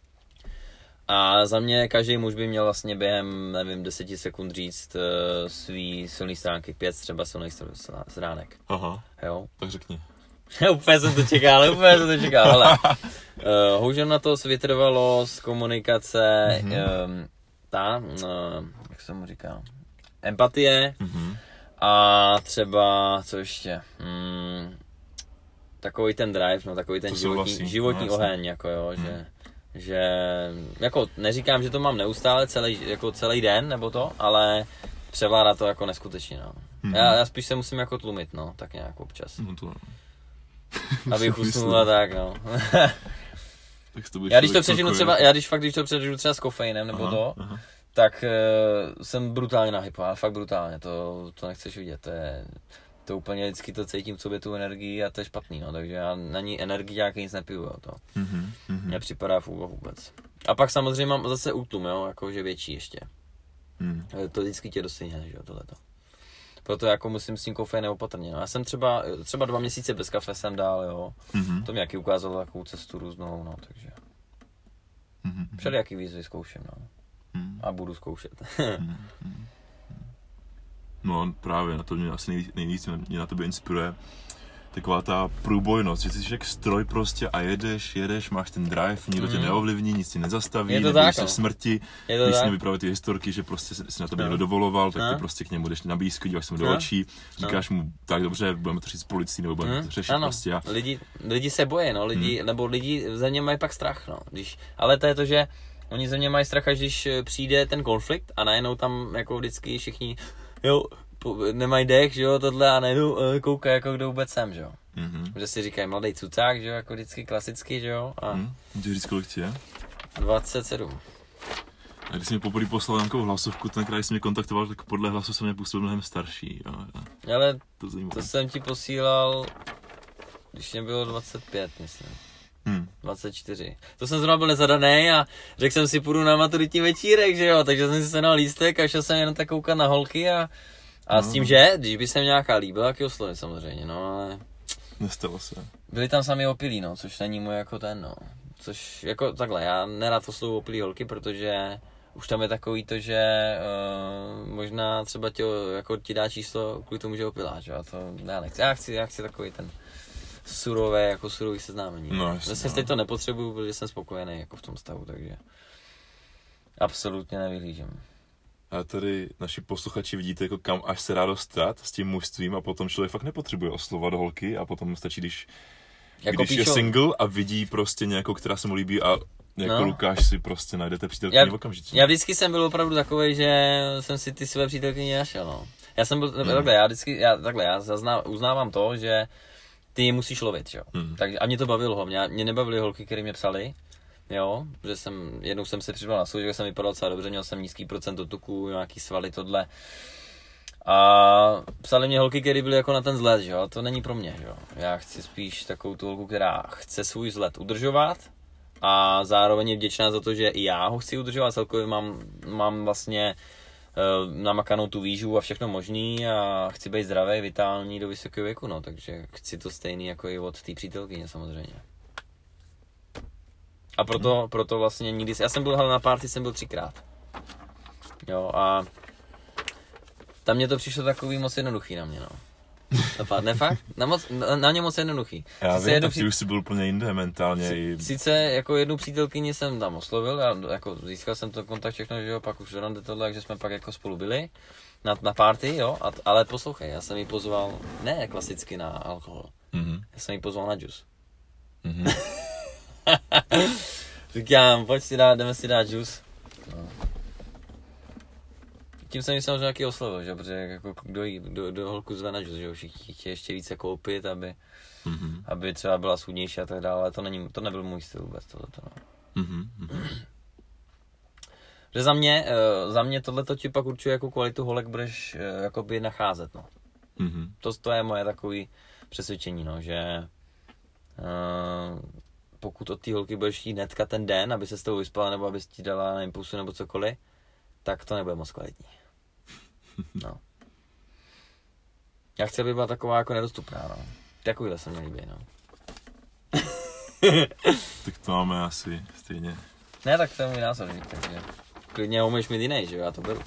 a za mě každý muž by měl vlastně během, nevím, deseti sekund říct uh, svý silný stránky, pět třeba silných str- stránek. Aha, Jo. tak řekni. Úplně jsem to čekal, úplně jsem to čekal, hele. Uh, Houžem na to světrovalo z komunikace, Mhm. um, ta, uh, jak se mu říká, empatie Mhm. a třeba, co ještě, mm, takový ten drive, no takový ten To životní, souhlasí, životní no, jasně. oheň, jako jo, že, že, jako neříkám, že to mám neustále celý, jako celý den, nebo to, ale převládá to jako neskutečně, no. Mhm. Já, já spíš se musím jako tlumit, no, tak nějak občas. No to Abych jsem usnul myslel. a tak, no. Tak to budeš Já když to člověk přežiju celkově- třeba, já když fakt, když to přežiju třeba s kofeinem nebo Aha, to, aha. tak uh, jsem brutálně nahypo, ale fakt brutálně, to, to nechceš vidět, to je, to úplně vždycky to cítím v sobě tu energii a to je špatný, no, takže já na ní energii nějaký nic nepiju, jo, to Mhm, mhm. mně připadá v úvahu vůbec. A pak samozřejmě mám zase útlum, jo, jakože větší ještě, Mhm. to vždycky tě dostihne, že jo, tohleto. Proto jako musím s tím kofeinem opatrně, no, já jsem třeba, třeba dva měsíce bez kafe jsem dál, jo, Mhm. to mě jaký ukázalo takovou cestu různou, no, takže Mhm. všelijaký výzvy zkouším, no. Mhm. A budu zkoušet. No právě, na to mě asi nejvíc, nejvíc mě na tebe inspiruje taková ta průbojnost, že jsi jak stroj prostě a jedeš, jedeš, máš ten drive, nikdo tě Mhm. neovlivní, nic ti nezastaví, Je to nebojíš tak, se no. smrti, Je to když si tak? mi vyprávět ty historky, že prostě si na tebe No. někdo dovoloval, tak No. ty prostě k němu jdeš na blízko, díváš se mu do No. očí, říkáš mu, tak dobře, budeme to říct s policií, nebo budeme Hmm, to řešit ano, prostě a lidi, lidi se bojí, no, lidi, hmm. nebo lidi ze mě mají pak strach, no, když, ale to je to, že oni ze mě mají strach, až když eh, přijde ten konflikt a najednou tam jako vždycky všichni, jo, po, nemají dech, že jo, tohle a najednou uh, koukají, jako kdo vůbec jsem, že jo. Mhm. Že si říkají mladý cucák, že jo, jako vždycky klasicky, že jo, a Hm? Můžeš říct, kolik ti je? dvacet sedm. A když jsi mi poprvé poslal nějakou hlasovku, tenkrát, když jsi mě kontaktoval, tak podle hlasu jsem mě působil mnohem starší. Jo, jo. Ale To zajímavé. to jsem ti posílal, když mě bylo dvacet pět, myslím. Hm. dvacet čtyři. To jsem zrovna byl nezadaný a řekl jsem si, půjdu na maturitní večírek, že jo, takže jsem si sehnal lístek a šel jsem jenom tak koukat na holky a, a No. s tím, že, když by se mi nějaká líbila, taky oslovit samozřejmě, no, ale Nestalo se. byli tam sami opilí, no, což není můj jako ten, no, což, jako takhle, já nerad oslovuji opilí holky, protože už tam je takový to, že uh, možná třeba tě, jako ti dá číslo kvůli tomu, že opiláš, jo, a to já nechci, já chci, já chci takový ten surové, jako surový seznámení. No, jasně, Zase no. teď to nepotřebuju, protože jsem spokojený jako v tom stavu, takže absolutně nevyhlížím. A tady naši posluchači vidíte, jako kam až se dá dostat s tím mužstvím a potom člověk fakt nepotřebuje oslovat holky a potom stačí, když, Jako když je píšou, single a vidí prostě nějakou, která se mu líbí a jako No. Lukáš si prostě najdete přítelkyni okamžitě. já vždycky jsem byl opravdu takovej, že jsem si ty své přítelkyně našel, no. Já jsem byl, Hmm. takhle, já vždycky, já, takhle, já zazná, uznávám to, že ty musíš lovit, jo. Hmm. Takže, a mě to bavilo, mě, mě nebavily holky, které mě psaly, jo, protože jsem, jednou jsem se přidal na soutěž, že jsem vypadal docela dobře, měl jsem nízký procent tuku, nějaký svaly, tohle. A psali mě holky, které byly jako na ten vzhled, že jo, a to není pro mě, že jo. Já chci spíš takovou tu holku, která chce svůj vzhled udržovat a zároveň je vděčná za to, že i já ho chci udržovat, celkově mám, mám vlastně namakanou tu výživu a všechno možný a chci být zdravý, vitální do vysokého věku, no, takže chci to stejný jako i od té přítelkyně samozřejmě. A proto, hmm. proto vlastně nikdy, já jsem byl hele, na party, jsem byl třikrát. Jo a tam mě to přišlo takový moc jednoduchý na mě, no. Ne fakt? Na, moc, na, na ně moc jednoduchý. Já sice vím, tak při... už jsi byl úplně jinde mentálně. Si, i... Sice jako jednu přítelkyni jsem tam oslovil, a jako získal jsem to kontakt všechno, že jo, pak už rande tohle, takže jsme pak jako spolu byli na, na party, jo, a, ale poslouchej, já jsem jí pozval, ne klasicky na alkohol, mm-hmm. já jsem jí pozval na džus. Mm-hmm. Říkám, pojď si dát, jdeme si dát džus. No. Tím jsem ji samozřejmě nějaký oslovil, že? Protože jako kdo, jí, kdo, kdo holku zve na džus, že všichni chtějí ještě více koupit, aby, mm-hmm. aby třeba byla schudnější a tak dále, ale to, není, to nebyl můj styl vůbec tohleto, no. Mm-hmm. Že za mě, za mě tohleto ti pak určuje, jakou kvalitu holek budeš jakoby nacházet, no. Mm-hmm. To, to je moje takové přesvědčení, no, že uh, pokud od té holky budeš jít hnedka ten den, aby se s tebou vyspala, nebo aby ti dala na impulsu nebo cokoliv, tak to nebude moc kvalitní. No. Já chci, aby byla taková jako nedostupná, no. Takovýhle se mě líbí, no. Tak to máme asi stejně. Ne, tak to je můj názor, takže klidně umíš mít jiný, že jo, já to beru.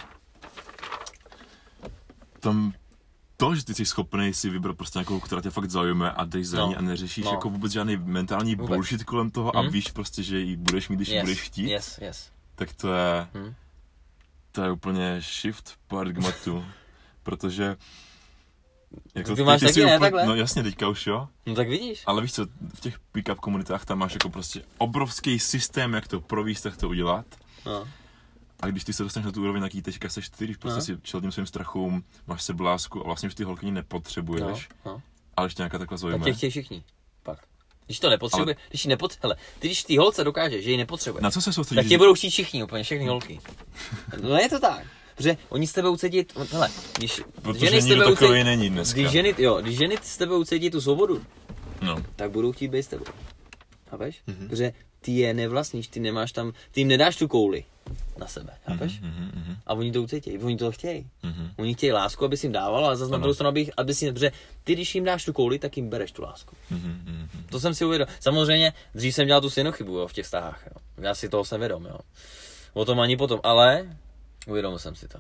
Tam to, že ty jsi schopný si vybrat prostě nějakou, která tě fakt zaujme a jdeš za ní no. a neřešíš no. jako vůbec žádný mentální vůbec. bullshit kolem toho hmm? a víš prostě, že ji budeš mít, když yes. budeš chtít, yes, yes. tak to je, hmm? to je úplně shift paradigmatu, protože jako ty máš taky, ne, takhle? No jasně, teďka už jo. No tak vidíš. Ale víš co, v těch pick-up komunitách tam máš jako prostě obrovský systém, jak to províst, jak to udělat. No. A když ty se dostaneš na tu úroveň, jaký teďka seš ty, když prostě no. si čel tím svým strachům, máš sebeblásku a vlastně už ty holkyni nepotřebuješ, no. No. ale ještě nějaká takhle zaujme. Tak tě chtějí všichni, pak. Když to nepotřebuje, ale... když ji nepotřebuje, hele, ty když ty holce dokáže, že ji nepotřebuje, na co se soustředíš? Tak tě budou chtít všichni, úplně všechny holky. No je to tak. Protože oni s tebe ucítí, hele, když Protože ženy s tebe ucítí, není dneska. Když ženy, jo, když ženy s tebe ucítí tu svobodu, no. tak budou chtít být s tebou. Chápeš? Mm-hmm. Protože ty je nevlastníš, ty nemáš tam, ty jim nedáš tu kouli na sebe, chápeš? Mm-hmm. A oni to ucítí, oni to chtějí. Mm-hmm. Oni chtějí lásku, aby si jim dával, ale zase na druhou stranu, aby, aby si jim, protože ty, když jim dáš tu kouli, tak jim bereš tu lásku. Mm-hmm. To jsem si uvědomil. Samozřejmě, dřív jsem dělal tu stejnou chybu, jo, v těch vztahách, jo. Já si toho jsem vědom, jo. O tom ani potom, ale uvědomil jsem si to.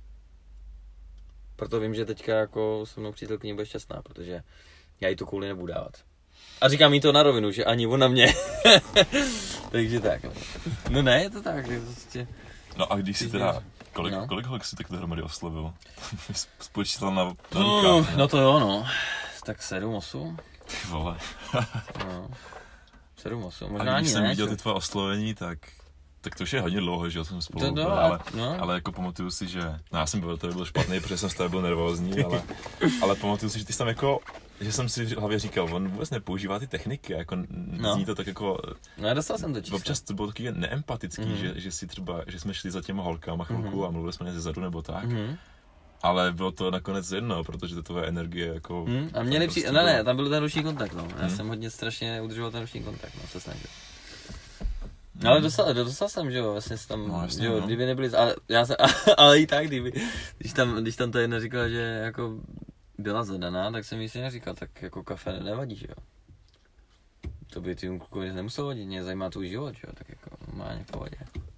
Proto vím, že teďka jako se mnou přítelkyně bude šťastná, protože já jí tu kouli nebudu dávat. A říkám jí to na rovinu, že ani ona mě. Takže tak. No ne, je to tak. Je to prostě... No a když jsi teda, kolik, no. kolik holek jsi tak dohromady oslovil? Spočítal na velká. No, no to jo, no. Tak sedm, osm. Ty vole. No. sedm, osm, možná ani ne. A když jsem viděl ty tvoje oslovení, tak... Tak to už je hodně dlouho, že jsem spolu byl, ale, no. ale jako pamatuju si, že, no já jsem byl, to byl špatný, protože jsem z toho byl nervózní, ale, ale pamatuju si, že ty jsi tam jako, že jsem si v hlavě říkal, on vůbec nepoužívá ty techniky, jako no. zní to tak jako, no dostal jsem to číslo. Občas to bylo taky neempatický, mm-hmm. že, že si třeba, že jsme šli za těma holkama chvilku mm-hmm. a mluvili jsme ze zadu nebo tak. Mm-hmm. Ale bylo to nakonec jedno, protože to tvoje energie jako... Hmm, a měli při... Ne, ne, tam byl ten ruční kontakt, no. Já hmm. jsem hodně strašně udržoval ten ruční kontakt, no, se snažil. No, ale dostal, dostal jsem, že jo, vlastně tam, no, jasně, že jo, no. kdyby nebyli, ale, já jsem, ale i tak, kdyby, když tam, když tam ta jedna říkala, že jako byla zadaná, tak jsem jí si neříkal, tak jako kafe nevadí, že jo. To by ty klukovi nemusel vadit, mě zajímá tvůj život, že jo, tak jako má nějakou vadě.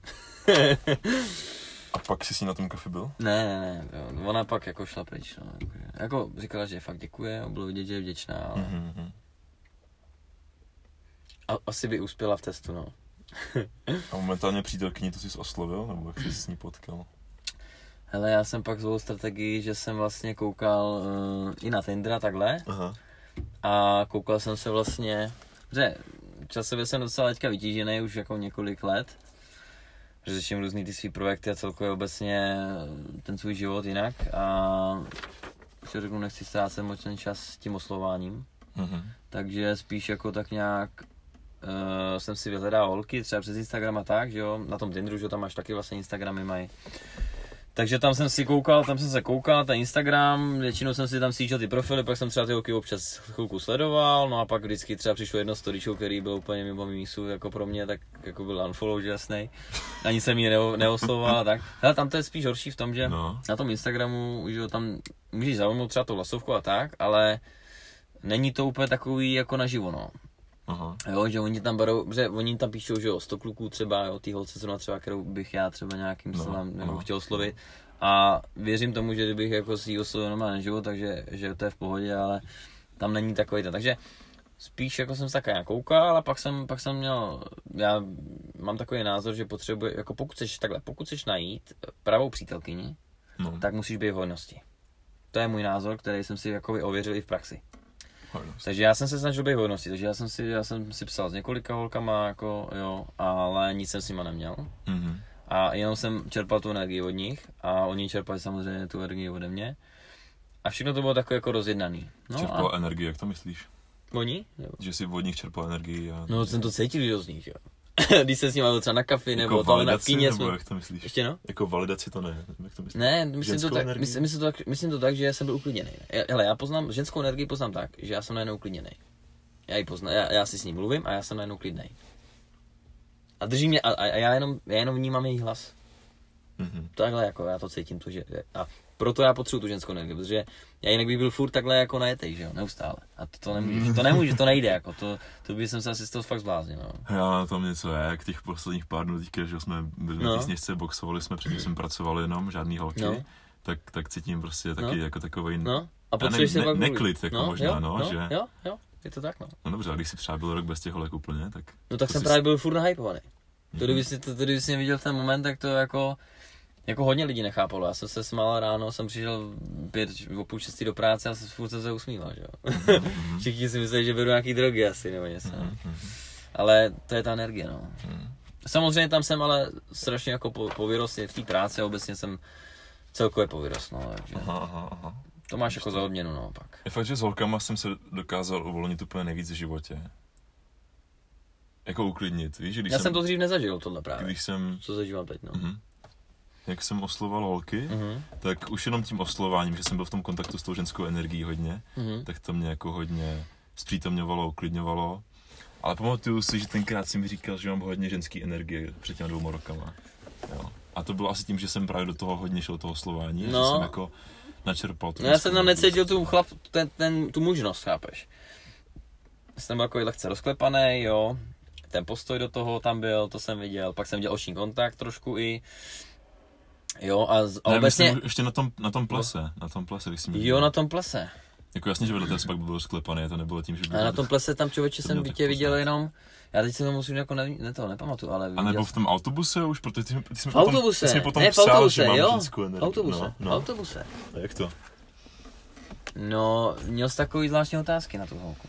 A pak jsi s ní na tom kafe byl? Ne, ne, ne, jo, ona pak jako šla pryč, no, jako, jako říkala, že fakt děkuje, a bylo vidět, že je vděčná, ale... Mm-hmm. A, asi by uspěla v testu, no. A momentálně přítelkyni to jsi oslovil, nebo jak jsi s ní potkal? Hele, já jsem pak zvolil strategii, že jsem vlastně koukal uh, i na Tindra takhle. Aha. A koukal jsem se vlastně, že časově jsem docela teďka vytížený už jako několik let, že řeším různý ty svý projekty a celkově obecně ten svůj život jinak a už řeknu, nechci ztrácet moc ten čas s tím oslováním, uh-huh. takže spíš jako tak nějak uh, jsem si vyhledal holky, třeba přes Instagram a tak, že jo, na tom Tinderu, že tam máš taky vlastně Instagramy mají, Takže tam jsem si koukal, tam jsem se koukal na ten Instagram, většinou jsem si tam sjížděl ty profily, pak jsem třeba ty holky občas chvilku sledoval, no a pak vždycky třeba přišlo jedno storyčko, který byl úplně mimo mísu, jako pro mě, tak jako byl unfollow, že jasnej. Ani jsem ji neo, neoslovoval a tak. Hele, tam to je spíš horší v tom, že no. Na tom Instagramu, že tam můžeš zaujmout třeba tu hlasovku a tak, ale není to úplně takový jako naživo, no. Aha. Jo, že oni tam berou, že oni tam píšou, že jo, sto kluků třeba, jo, ty holce zrovna třeba, kterou bych já třeba nějakým no, slovem nebo no. chtěl oslovit. A věřím tomu, že kdybych jako si ji oslovil normálně naživo, takže že to je v pohodě, ale tam není takový to. Takže spíš jako jsem se tak nějak koukal, a pak jsem, pak jsem měl, já mám takový názor, že potřebuje, jako pokud chceš takhle, pokud chceš najít pravou přítelkyni, no. tak musíš být v hojnosti. To je můj názor, který jsem si jako ověřil i v praxi. Hojnost. Takže já jsem se snažil být v hojnosti, takže já jsem si, já jsem si psal s několika holkama, jako jo, ale nic jsem s nima neměl. Mm-hmm. A jenom jsem čerpal tu energii od nich a oni čerpali samozřejmě tu energii ode mě. A všechno to bylo takové jako rozjednaný. No čerpal a... energii, jak to myslíš? Oni? Že jsi od nich čerpal energii a... No jsem to cítil z nich, jo. Když se s nimi třeba na kafi nebo jako tam na kyně. Nebo jsme... jak to myslíš? Ještě no? Jako validaci to ne, jak to myslíš? Ne, myslím to, tak, myslím, myslím, to tak, myslím to tak, že já jsem byl uklidněný. Hele, já poznám, ženskou energii poznám tak, že já jsem najednou uklidněný. Já ji poznám, já, já si s ní mluvím a já jsem najednou klidnej. A drží mě, a, a já, jenom, já jenom vnímám její hlas. Mm-hmm. Takhle jako já to cítím, to, že, a proto já potřebuji tu ženskou energii, protože já jinak bych byl furt takhle jako najetej, že jo, neustále. A to, to nemůže, to nemůže, to nejde, jako to, to by jsem se asi z toho fakt zbláznil, no. Já na tom něco je, jak těch posledních pár dnů teďka, že jsme byli no. na písničce, boxovali jsme, předtím jsme pracovali jenom, žádný holky, no. tak, tak cítím prostě taky no. jako takovej, no. a potřebuješ ne, se ne, neklid, jako no, možná, jo, no, no, že... Jo, jo, je to tak, no. No dobře, a když si třeba byl rok bez těch holek úplně, tak... No tak jsem jsi... právě byl furt nahypovaný. To, kdyby jsi, to, kdyby jsi mě viděl v ten moment, tak to jako... Jako hodně lidí nechápalo, já jsem se smál ráno, jsem přišel pět, o půl šestý do práce a jsem furt se usmíval, že jo. Mm-hmm. Všichni si mysleli, že beru nějaký drogy asi, nebo něco. Mm-hmm. Ale to je ta energie, no. Mm. Samozřejmě tam jsem ale strašně jako po, povyrost v té práci, obecně jsem celkově povyrost, no, takže aha, aha, aha. To máš jako za odměnu, no, pak. Je fakt, že s holkama jsem se dokázal uvolnit úplně nejvíc v životě. Jako uklidnit, víš, když Já jsem... jsem to dřív nezažil, tohle právě. Když jsem... Co zažívám teď, no. Mm-hmm. Jak jsem oslovoval holky, mm-hmm. tak už jenom tím oslováním, že jsem byl v tom kontaktu s tou ženskou energií hodně, mm-hmm. tak to mě jako hodně zpřítomňovalo, uklidňovalo. Ale pamatuju si, že tenkrát si mi říkal, že mám hodně ženský energie před těmi dvouma rokama. Jo. A to bylo asi tím, že jsem právě do toho hodně šel toho oslování, no. že jsem jako načerpal tu. No já jsem tam necítil tu chlap, ten, ten, tu mužnost, chápeš. Jsem byl jako lehce rozklepaný, jo. Ten postoj do toho tam byl, to jsem viděl. Pak jsem dělal oční kontakt trošku i. Jo, a, z, a ne, obecně... myslím, ještě na tom, na tom plese, no. na tom plese, když jsi mi Jo, na tom plese. Jako jasně, že vedle toho pak byl sklepaný, to nebylo tím, že byl... A na tom plese tam člověče jsem tě viděl jenom, já teď se to musím jako ne, ne to nepamatuju, ale viděl... A nebo v tom autobuse už, protože ty, ty jsi mi v potom, autobuse, ty jsi mi potom ne, psal, v autobuse, že mám jo, ženskou energii. V autobuse, no, no. v autobuse. A jak to? No, měl jsi takový zvláštní otázky na tu holku.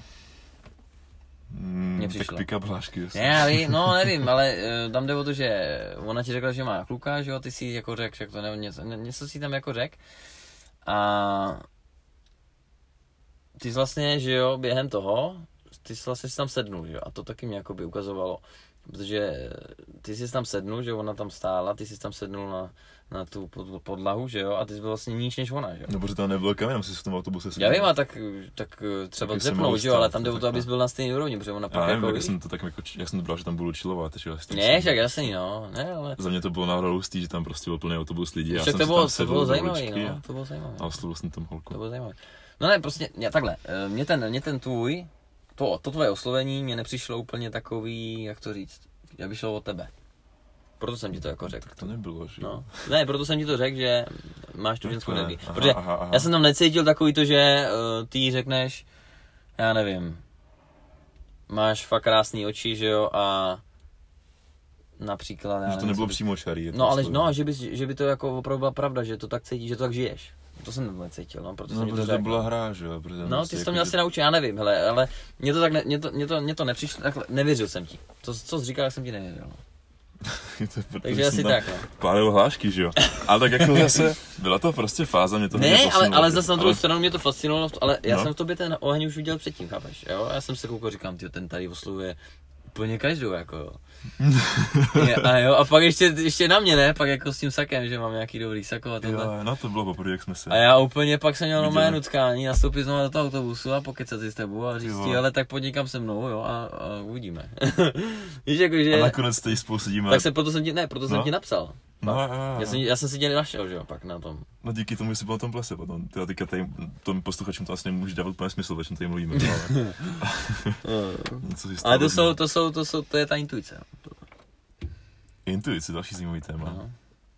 Hmm, tak pick-up hlášky, jasně. Ne, já vím, no nevím, ale uh, tam jde o to, že ona ti řekla, že má kluka, že jo, ty si jako řek, že to ne, něco, ne, něco si tam jako řek. A ty jsi vlastně, že jo, během toho, ty jsi vlastně si tam sednul, že jo, a to taky mě jako by ukazovalo, protože ty jsi tam sednul, že ona tam stála, ty jsi tam sednul na, na tu podlahu, že jo, a ty jsi byl vlastně níž než ona, že jo. No, protože tam nebylo kam, jenom jsi v tom autobuse sednul. Já vím, a tak, tak třeba dřepnou, že jo, ale tam jde o to, abys byl na stejný úrovni, protože ona pak já jako... nevím, já jsem to tak jako, já jsem to bral, že tam budu chillovat, že jo. Ne, však jasný, no, ne, ale... Za mě to bylo náhodou hustý, že tam prostě byl plný autobus lidí, já jsem to bylo, si tam to bylo sedl zajímavý, no, to bylo zajímavý. A oslovil jsem tam holku. To bylo zajímavý. No ne, prostě, já, takhle, mě ten, mě ten tvůj, to, to tvoje oslovení mě nepřišlo úplně takový, jak to říct, já bych šel od tebe. Proto jsem ti to jako řekl. Tak to nebylo, že no. Ne, proto jsem ti to řekl, že máš tu ženskou energii. Protože aha, aha. já jsem tam necítil takový to, že uh, ty řekneš, já nevím, máš fakt krásný oči, že jo, a například... Že to nevím, nebylo přímo šarý. No, ale no, že by, že by to jako opravdu byla pravda, že to tak cítíš, že to tak žiješ. To jsem tam necítil, no, proto no, jsem protože to to byla hra, že jo. No, ty jsi to měl asi naučit, já nevím, hele, ale mě to tak, ne, mě to, mě to, mě to nepřišlo, takhle, nevěřil jsem ti. To, co jsi říkal, tak jsem ti nevěřil, no. to, Takže asi tak, no. Pálil hlášky, že jo. Ale tak jako zase, byla to prostě fáza, mě to ne, hodně ale, ale zase na druhou ale... stranu mě to fascinovalo, ale já no. jsem v tobě ten oheň už viděl předtím, chápeš, jo. Já jsem se koukal, říkám, tyjo, ten tady oslovuje úplně každou, jako jo. A jo, a pak ještě, ještě na mě, ne? Pak jako s tím sakem, že mám nějaký dobrý sako a tohle. Jo, no to bylo poprvé, jak jsme se... A já úplně pak jsem měl normálně nutkání, nastoupit znovu do toho autobusu a pokecat si s tebou a říct ti, ale tak podnikám se mnou, jo, a, a uvidíme. Víš, jako, že... A nakonec tady spolu sedíme. Tak se proto jsem ti, ne, proto no? jsem ti napsal. No, jo, jo. Já, jsem, já jsem si tě nenašel, že jo, pak na tom. No díky tomu, že jsi byl na tom plese potom. Ty teďka tady, tom posluchačům to asi nemůže dávat úplně smysl, o čem tady mluvíme, ale... Ale to jsou, to jsou, to jsou, to je ta intuice. Intuice, další zajímavý téma. Aha.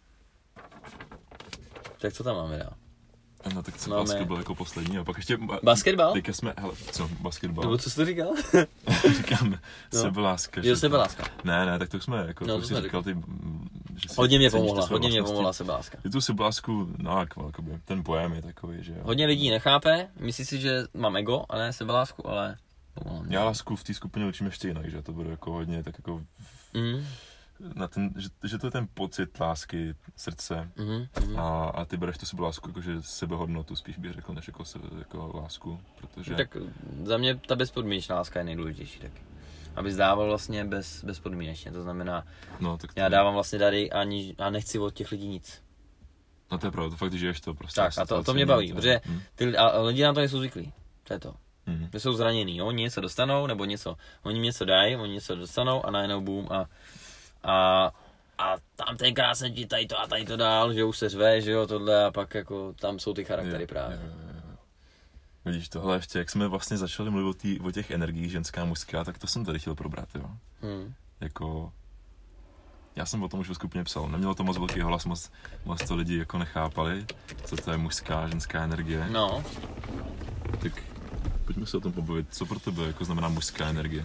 Tak co tam máme dál? No tak co, máme... basketbal jako poslední a pak ještě... Basketbal? Teďka jsme, hele, co, basketbal? Nebo co jsi to říkal? Říkám, no. Sebeláska. Jo, sebeláska. Ne, ne, tak to jsme, jako, no, to, to jsi říkal ty... Že hodně mě pomohla, hodně mě pomohla sebeláska. Je tu sebelásku, no, jakoby, ten pojem je takový, že jo. Hodně lidí nechápe, myslí si, že mám ego a ne sebelásku, ale... Já lásku v té skupině učím ještě jinak, že to bude jako hodně tak jako... Mm. Na ten, že, že to je ten pocit lásky, srdce mm-hmm. a, a ty bereš tu sebelásku jakože sebehodnotu, spíš bych řekl, než jako, sebe, jako lásku, protože... Tak za mě ta bezpodmínečná láska je nejdůležitější taky. Abys dával vlastně bez, bezpodmínečně, to znamená, no, tak to já dávám vlastně dary ani, a nechci od těch lidí nic. No to je pravda, to fakt, že žiješ to prostě. Tak a to, to mě baví, protože ty, a lidi na to nejsou zvyklí, to je to. Mm-hmm. Ty jsou zraněný, jo? Oni něco dostanou, nebo něco, oni něco dají, oni něco dostanou a najednou boom a A, a tam tenkrát jsem ti tady to a tady to dál, že už se řve, že jo, tohle a pak jako tam jsou ty charaktery je, právě. Je, je, je. Vidíš, tohle ještě, jak jsme vlastně začali mluvit o, tý, o těch energiích ženská, mužská, tak to jsem tady chtěl probrat, jo. Hmm. Jako, já jsem o tom už ve skupině psal, nemělo to moc velký hlas, moc, moc to lidi jako nechápali, co to je mužská, ženská energie. No. Tak pojďme se o tom pobavit, co pro tebe jako znamená mužská energie?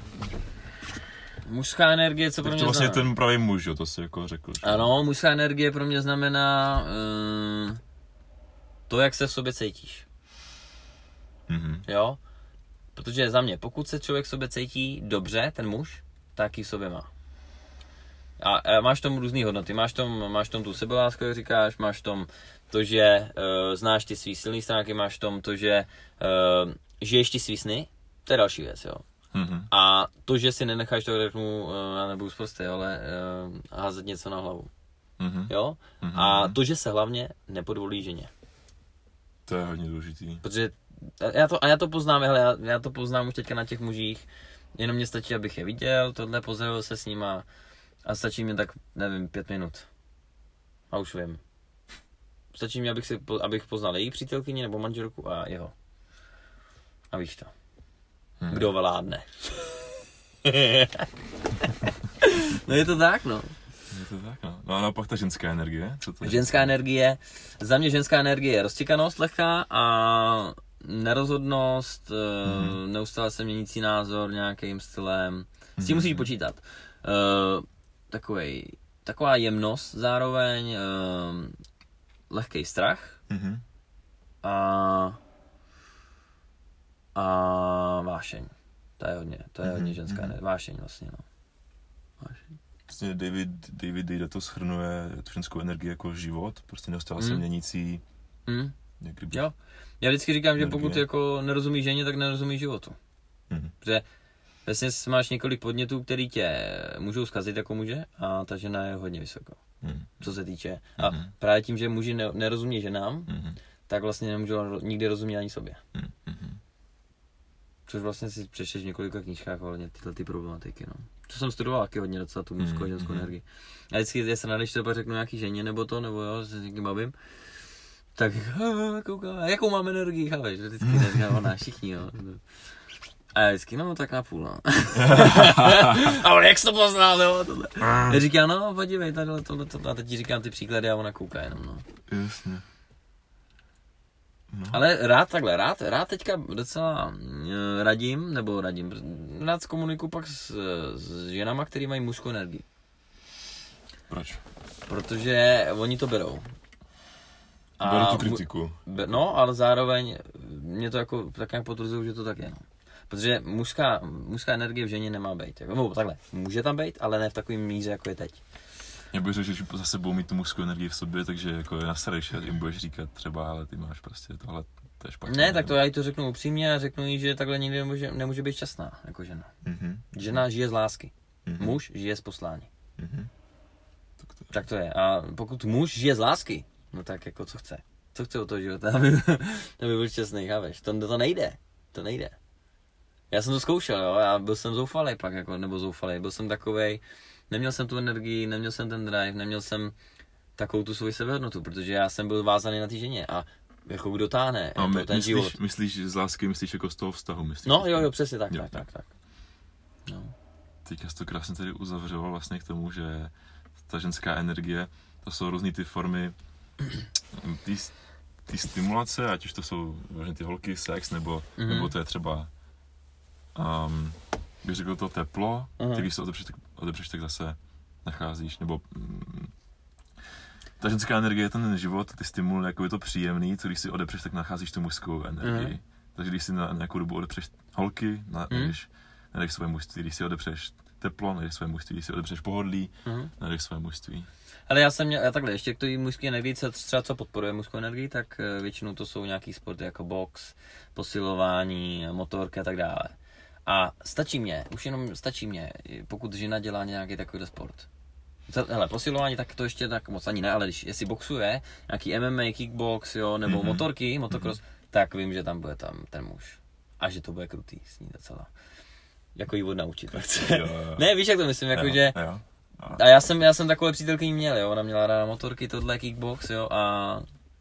Mužská energie, co tak pro mě to vlastně znamená? Ten pravý muž, jo, to si jako řekl. Že? Ano, mužská energie pro mě znamená uh, to, jak se v sobě cítíš. Mm-hmm. Jo? Protože za mě, pokud se člověk v sobě cítí dobře, ten muž, tak ji v sobě má. A, a máš tom různý hodnoty, máš tom, máš tom tu sebelásku, jak říkáš, máš tom to, že uh, znáš ty svý silný stránky, máš tom to, že uh, žiješ ty svý sny, to je další věc, jo. Mm-hmm. A to, že si nenecháš to řeknu, já nebudu zprostý, ale uh, házet něco na hlavu. Mm-hmm. Jo? Mm-hmm. A to, že se hlavně nepodvolí ženě. To je hodně důležitý. Protože já to, a já to poznám, hele, já, já to poznám už teďka na těch mužích, jenom mě stačí, abych je viděl, tohle pozdravil se s nima a stačí mi tak, nevím, pět minut. A už vím. Stačí mi, abych, si, abych poznal její přítelkyni nebo manželku a jeho. A víš to. Hmm. Kdo vládne. No je to tak, no. Je to tak, no. No a naopak ta ženská energie, co to je? Ženská energie, za mě ženská energie je roztěkanost lehká a nerozhodnost, mm-hmm. neustále se měnící názor nějakým stylem. S tím mm-hmm. musíš počítat. Uh, takovej, taková jemnost zároveň, uh, lehkej strach mm-hmm. a a vášeň. To je hodně, to je hodně mm-hmm. ženská energie. Vášeň vlastně, no. Vášeň. Vlastně David, David Deida to shrnuje tu ženskou energii jako život, prostě neustále mm. se měnící. Mm. Jo. Já vždycky říkám, energie. Že pokud jako nerozumíš ženě, tak nerozumíš životu. Mm. Protože vlastně máš několik podnětů, který tě můžou zkazit jako muže a ta žena je hodně vysoko. Mm. Co se týče. A mm. právě tím, že muži nerozumí ženám, mm. tak vlastně nemůžou nikdy rozumět ani sobě. Mm. Což vlastně si přečteš v několika knížkách ohledně tyhle ty problematiky, no. Co jsem studoval taky hodně docela tu mužskou a ženskou mm-hmm. energii. A vždycky se nadeš, třeba řeknu nějaký ženě nebo to, nebo jo, se s někým bavím, tak kouká, jakou mám energii, chápeš, vždycky neříkám ona, všichni, jo. A já vždycky, no tak na půl, no. Ale jak jsi to poznal, jo, tohle. Já říkám, no podívej, tadyhle, tohle, tohle, a teď ti říkám ty příklady a ona kouká jenom, no. Jasně. No. Ale rád takhle, rád, rád teďka docela uh, radím, nebo radím, rád komunikuju pak s, s ženama, který mají mužskou energii. Proč? Protože oni to berou. A berou tu kritiku. Be, no, ale zároveň mě to jako tak nějak potvrzují, že to tak je. No. Protože mužská, mužská energie v ženě nemá být. Jako, no, takhle, může tam být, ale ne v takovém míře, jako je teď. Já bych řekl, že zase budou mít tu mužskou energii v sobě, takže jako je nastarejší a jim budeš říkat třeba, ale ty máš prostě tohle, to je špatně. Ne, tak to já jí to řeknu upřímně a řeknu jí, že takhle nikdy nemůže, nemůže být šťastná jako žena. Mm-hmm. Žena žije z lásky. Mm-hmm. Muž žije z poslání. Mm-hmm. Tak, to tak to je. A pokud muž žije z lásky, no tak jako co chce? Co chce od toho života, aby, aby byl šťastný, chápeš? To, to nejde. To nejde. Já jsem to zkoušel, jo, já byl jsem zoufalý pak, jako, nebo zoufalý, byl jsem takovej, neměl jsem tu energii, neměl jsem ten drive, neměl jsem takovou tu svoji sebehodnotu, protože já jsem byl vázaný na té ženě a jako kdo táhne, a jako my, ten myslíš, život. Myslíš z lásky, myslíš jako z toho vztahu, myslíš? No jo, jo, přesně tak, jo, tak, tak, tak. No. Teďka jsi to krásně tady uzavřel vlastně k tomu, že ta ženská energie, to jsou různý ty formy, ty, ty stimulace, ať už to jsou vlastně ty holky, sex, nebo, mm-hmm. nebo to je třeba, um, bych řekl to teplo, mm-hmm. ty když se odepřeš, tak, odepřeš, tak zase nacházíš, nebo mm, ta ženská energie je ten život, ty stimuly, jako je to příjemný, co když si odepřeš, tak nacházíš tu mužskou energii. Mm-hmm. Takže když si na nějakou dobu odepřeš holky, na, mm-hmm. nejdeš, nejdeš své mužství, když si odepřeš teplo, nejdeš své mužství, když si odepřeš pohodlí, mm-hmm. nejdeš své mužství. Ale já jsem měl, já takhle, ještě k té mužské energii, třeba co podporuje mužskou energii, tak většinou to jsou nějaký sporty jako box, posilování, motorky a tak dále. A stačí mě, už jenom stačí mě, pokud žena dělá nějaký takovýhle sport. Hele, posilování, tak to ještě tak moc ani ne, ale když jestli boxuje, nějaký M M A, kickbox, jo, nebo mm-hmm. motorky, motocross, mm-hmm. tak vím, že tam bude tam ten muž. A že to bude krutý s ní docela. Jako jí odnaučit. Jo, jo. Ne, víš, jak to myslím, jako jo, že... Jo. A já jsem, já jsem takové přítelkyni měl, jo, ona měla ráda motorky, tohle kickbox, jo, a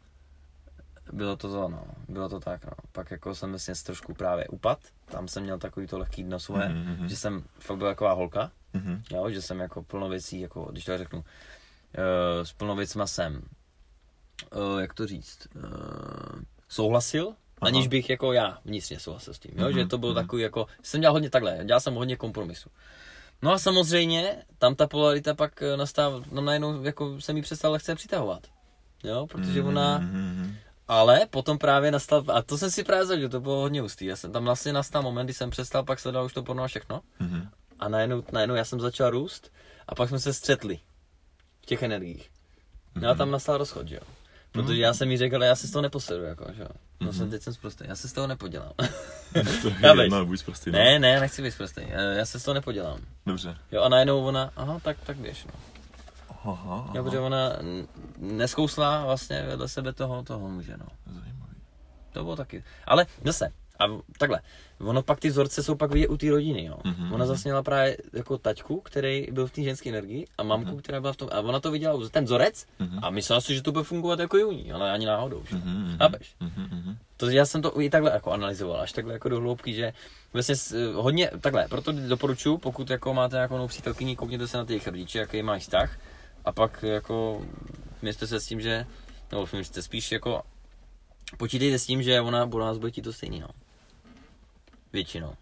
bylo to to, no, bylo to tak, no. Pak jako jsem vlastně trošku právě upad, tam jsem měl takový to lehký dno svoje, mm-hmm. že jsem fakt byl taková holka, mm-hmm. jo, že jsem jako plno věcí, jako, když to řeknu, uh, s plno věcma jsem, uh, jak to říct, uh, souhlasil, aha. aniž bych jako já vnitřně souhlasil s tím, jo, mm-hmm. že to bylo mm-hmm. takový jako, jsem dělal hodně takhle, dělal jsem hodně kompromisu. No a samozřejmě, tam ta polarita pak nastává, no najednou jako se mi přestala lehce přitahovat, jo, protože ona, mm-hmm. ale potom právě nastal, a to jsem si právě zažil, to bylo hodně hustý, já jsem tam vlastně nastal moment, kdy jsem přestal pak sledovat už to porno a všechno, mm-hmm. a najednou, najednou já jsem začal růst a pak jsme se střetli v těch energiích, no a tam nastal rozchod, že jo, protože já jsem jí řekl, ale já se z toho neposedu, jako, že jo. No mm-hmm. jsem, teď jsem zprostý, já se z toho nepodělám. To je jedno, buď zprostý, no. Ne, ne, nechci být zprostý, já se z toho nepodělám. Dobře. Jo, a najednou ona, aha, tak, tak běž, no. Aha, aha. Jo, protože ona neskousla vlastně vedle sebe toho, toho muže, no. Zajímavý. To bylo taky, ale zase, a takhle, ono pak ty vzorce jsou pak vidět u té rodiny, jo. Mm-hmm. Ona zase měla právě jako taťku, který byl v té ženské energii a mamku, mm-hmm. která byla v tom, a ona to viděla, ten vzorec mm-hmm. a myslela si, že to bude fungovat jako i u ní, ale ani náhodou, že? Mm-hmm. Chápeš? Mm-hmm. To já jsem to i takhle jako analyzoval, až takhle jako do hloubky, že vlastně hodně, takhle, proto doporučuji, pokud jako máte nějakou novou přítelkyni, koukněte se na těch rodiče, jaký máš vztah a pak jako měřte se s tím, že, nebo jste spíš jako počítejte s tím, že ona po nás bude ti to stejný, no. Většinou.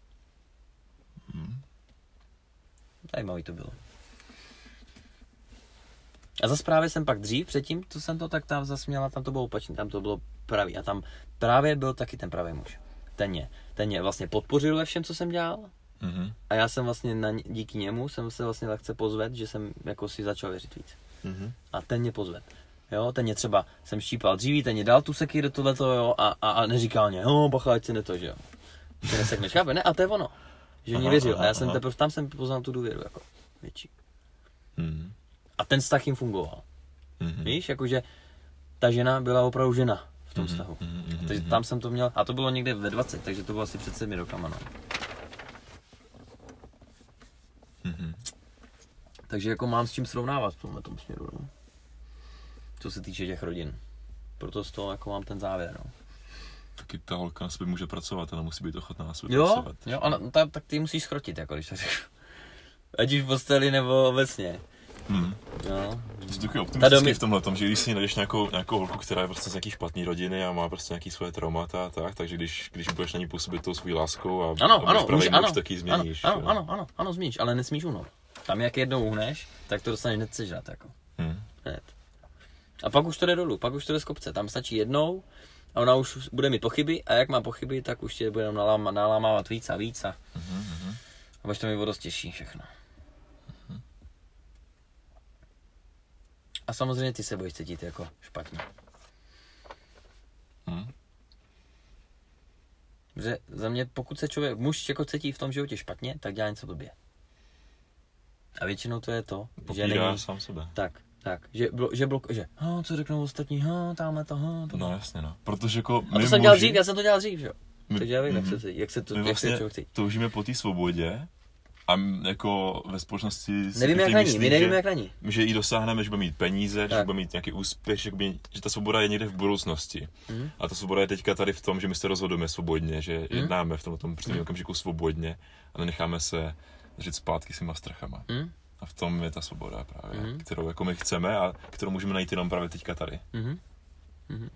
Hmm. Zajímavý to bylo. A zase právě jsem pak dřív, předtím, co jsem to tak tam zase měla, tam to bylo opačně, tam to bylo pravý. A tam právě byl taky ten pravý muž. Ten mě, ten mě vlastně podpořil ve všem, co jsem dělal. Mm-hmm. A já jsem vlastně na, díky němu jsem se vlastně lehce pozvedl, že jsem jako si začal věřit víc. Mm-hmm. A ten mě pozvedl. Jo, ten mě třeba, jsem štípal dříví, ten mě dal tu seky do tohleto, jo, a, a, a neříkal mě, no, bacha, ať si ne to, že jo. Že nesekneš, chápe, ne, a to je ono. Že mě věřil, a já jsem teprve, tam jsem poznal tu důvěru, jako, větší. Mm. A ten vztah jim fungoval. Mm-hmm. Víš, jakože ta žena byla opravdu žena v tom mm-hmm. vztahu. Mm-hmm. Takže tam jsem to měl, a to bylo někde ve dvaceti, takže to bylo asi před sedmi rokama, no. Mm-hmm. Takže jako mám s čím srovnávat v tomhle tom směru, no. Co se týče těch rodin. Proto z toho jako mám ten závěr, no. Taky ta holka na sobě může pracovat, ale musí být ochotná na sobě jo, pracovat. Jo, a ta, tak ty musíš schrotit, jako když to řeknu. Ať už v posteli nebo obecně. Hmm. No. Jsi takový optimistický domy... v tomhle tom, že když si najdeš nějakou, nějakou holku, která je prostě z nějaký špatný rodiny a má prostě nějaký svoje traumata a tak, takže když, když budeš na ní působit tou svou láskou a, ano, a ano, pravý ano, muž, tak ji změníš. Ano, ano, ano, ano, ano, změníš, ale nesmíš unout. Tam jak jednou uhneš, tak to dostaneš hned sežrat, jako. Hmm. Hned. A pak už to jde dolů, pak už to jde z kopce, tam stačí jednou a ona už bude mít pochyby a jak má pochyby, tak už tě bude nalám, nalámávat víc a víc a, uh-huh. a až to mi bylo dost těžší všechno. Uh-huh. A samozřejmě ty se bojíš cítit jako špatně. Uh-huh. Že za mě, pokud se člověk, muž jako cítí v tom životě špatně, tak dělá něco blbě. A většinou to je to, Popírá že není... sám sebe. Tak, tak, že, blo, že blok, že, ha, co řeknou ostatní, ha, tamhle to, ha, to. No jasně, no. Protože jako A to my jsem dělal muži, dřív, já jsem to dělal dřív, jo. My, Takže já vím, mm-hmm. jak se cítí, jak se to, my jak vlastně se člověk cítí. toužíme po té svobodě a jako ve společnosti nevíme, jak na ní, my nevíme, jak na ní. Že ji dosáhneme, že budeme mít peníze, tak. Že budeme mít nějaký úspěch, že, by, že ta svoboda je někde v budoucnosti. Mm. A ta svoboda je teďka tady v tom, že my se rozhodujeme svobodně, že mm. jednáme v tom, tom mm. okamžiku svobodně a nenecháme se držet zpátky s těma strachama. Mm. A v tom je ta svoboda právě, mm. kterou jako my chceme a kterou můžeme najít jenom právě teďka tady. Mm. Mm.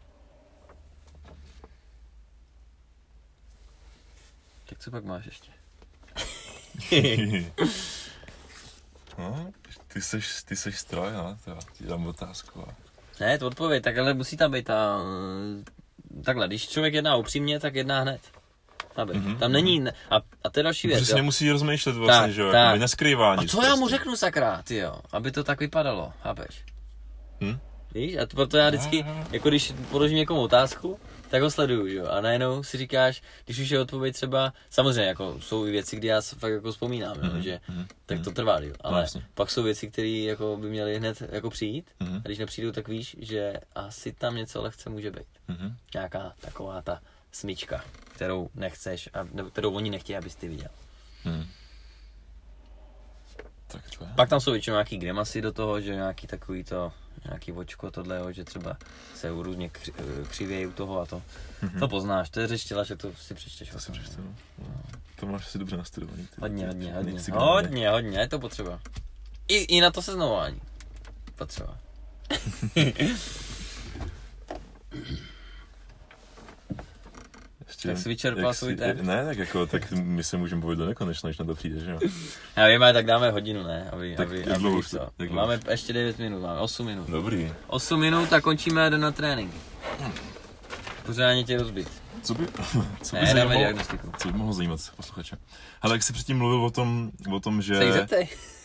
Tak co pak máš ještě? no, ty seš, ty seš stroj, no, to ti dám otázku. A... Ne, to odpověď, takhle musí tam být ta... Takhle, když člověk jedná upřímně, tak jedná hned. Mm-hmm. Tam není... A, a to je další věc, jo. Nemusí rozmýšlet vlastně, tak, že jo, jako neskrývá nic. A co prostě. Já mu řeknu, sakra, ty jo, aby to tak vypadalo, chápeš? Hm? Víš, a proto já vždycky, jako když položím někomu otázku, tak ho sleduju, jo, a najednou si říkáš, když už je odpověď třeba, samozřejmě, jako jsou věci, kdy já se fakt jako vzpomínám, jo, mm-hmm. že mm-hmm. tak to trvá, jo, ale vlastně. Pak jsou věci, které jako by měly hned jako přijít, mm-hmm. a když nepřijdou, tak víš, že asi tam něco lehce může být. Mm-hmm. Nějaká taková ta smyčka, kterou nechceš, a, nebo kterou oni nechtějí, abys ty viděl. Mm. Tak to je. Pak tam jsou většinou nějaký grimasy do toho, že nějaký takový to, nějaký očko tohle, že třeba se různě kři, křivějí u toho a to. Mm-hmm. To poznáš, to je řeč těla, že to si přečteš. To si přečteš, no. No. To máš asi dobře nastudovaný. Hodně, hodně, hodně, hodně, hodně, je to potřeba. I, i na to seznamování. Potřeba. Ještě, tak jsi vyčerpal svůj ten. Ne, tak jako, tak my se můžeme povědět do nekonečna, když na to přijde, že jo? Já vím, ale tak dáme hodinu, ne? Aby, tak aby, jak aby, dlouho to. Tak máme ještě devět minut, máme osm minut. Dobrý. osm minut a končíme a jdem na trénink. Pořádně tě rozbit. Co by, co by, ne, zajímalo, co by mohlo zajímat posluchače? Ale jak jsi předtím mluvil o tom, o tom že... Se jí zeptej.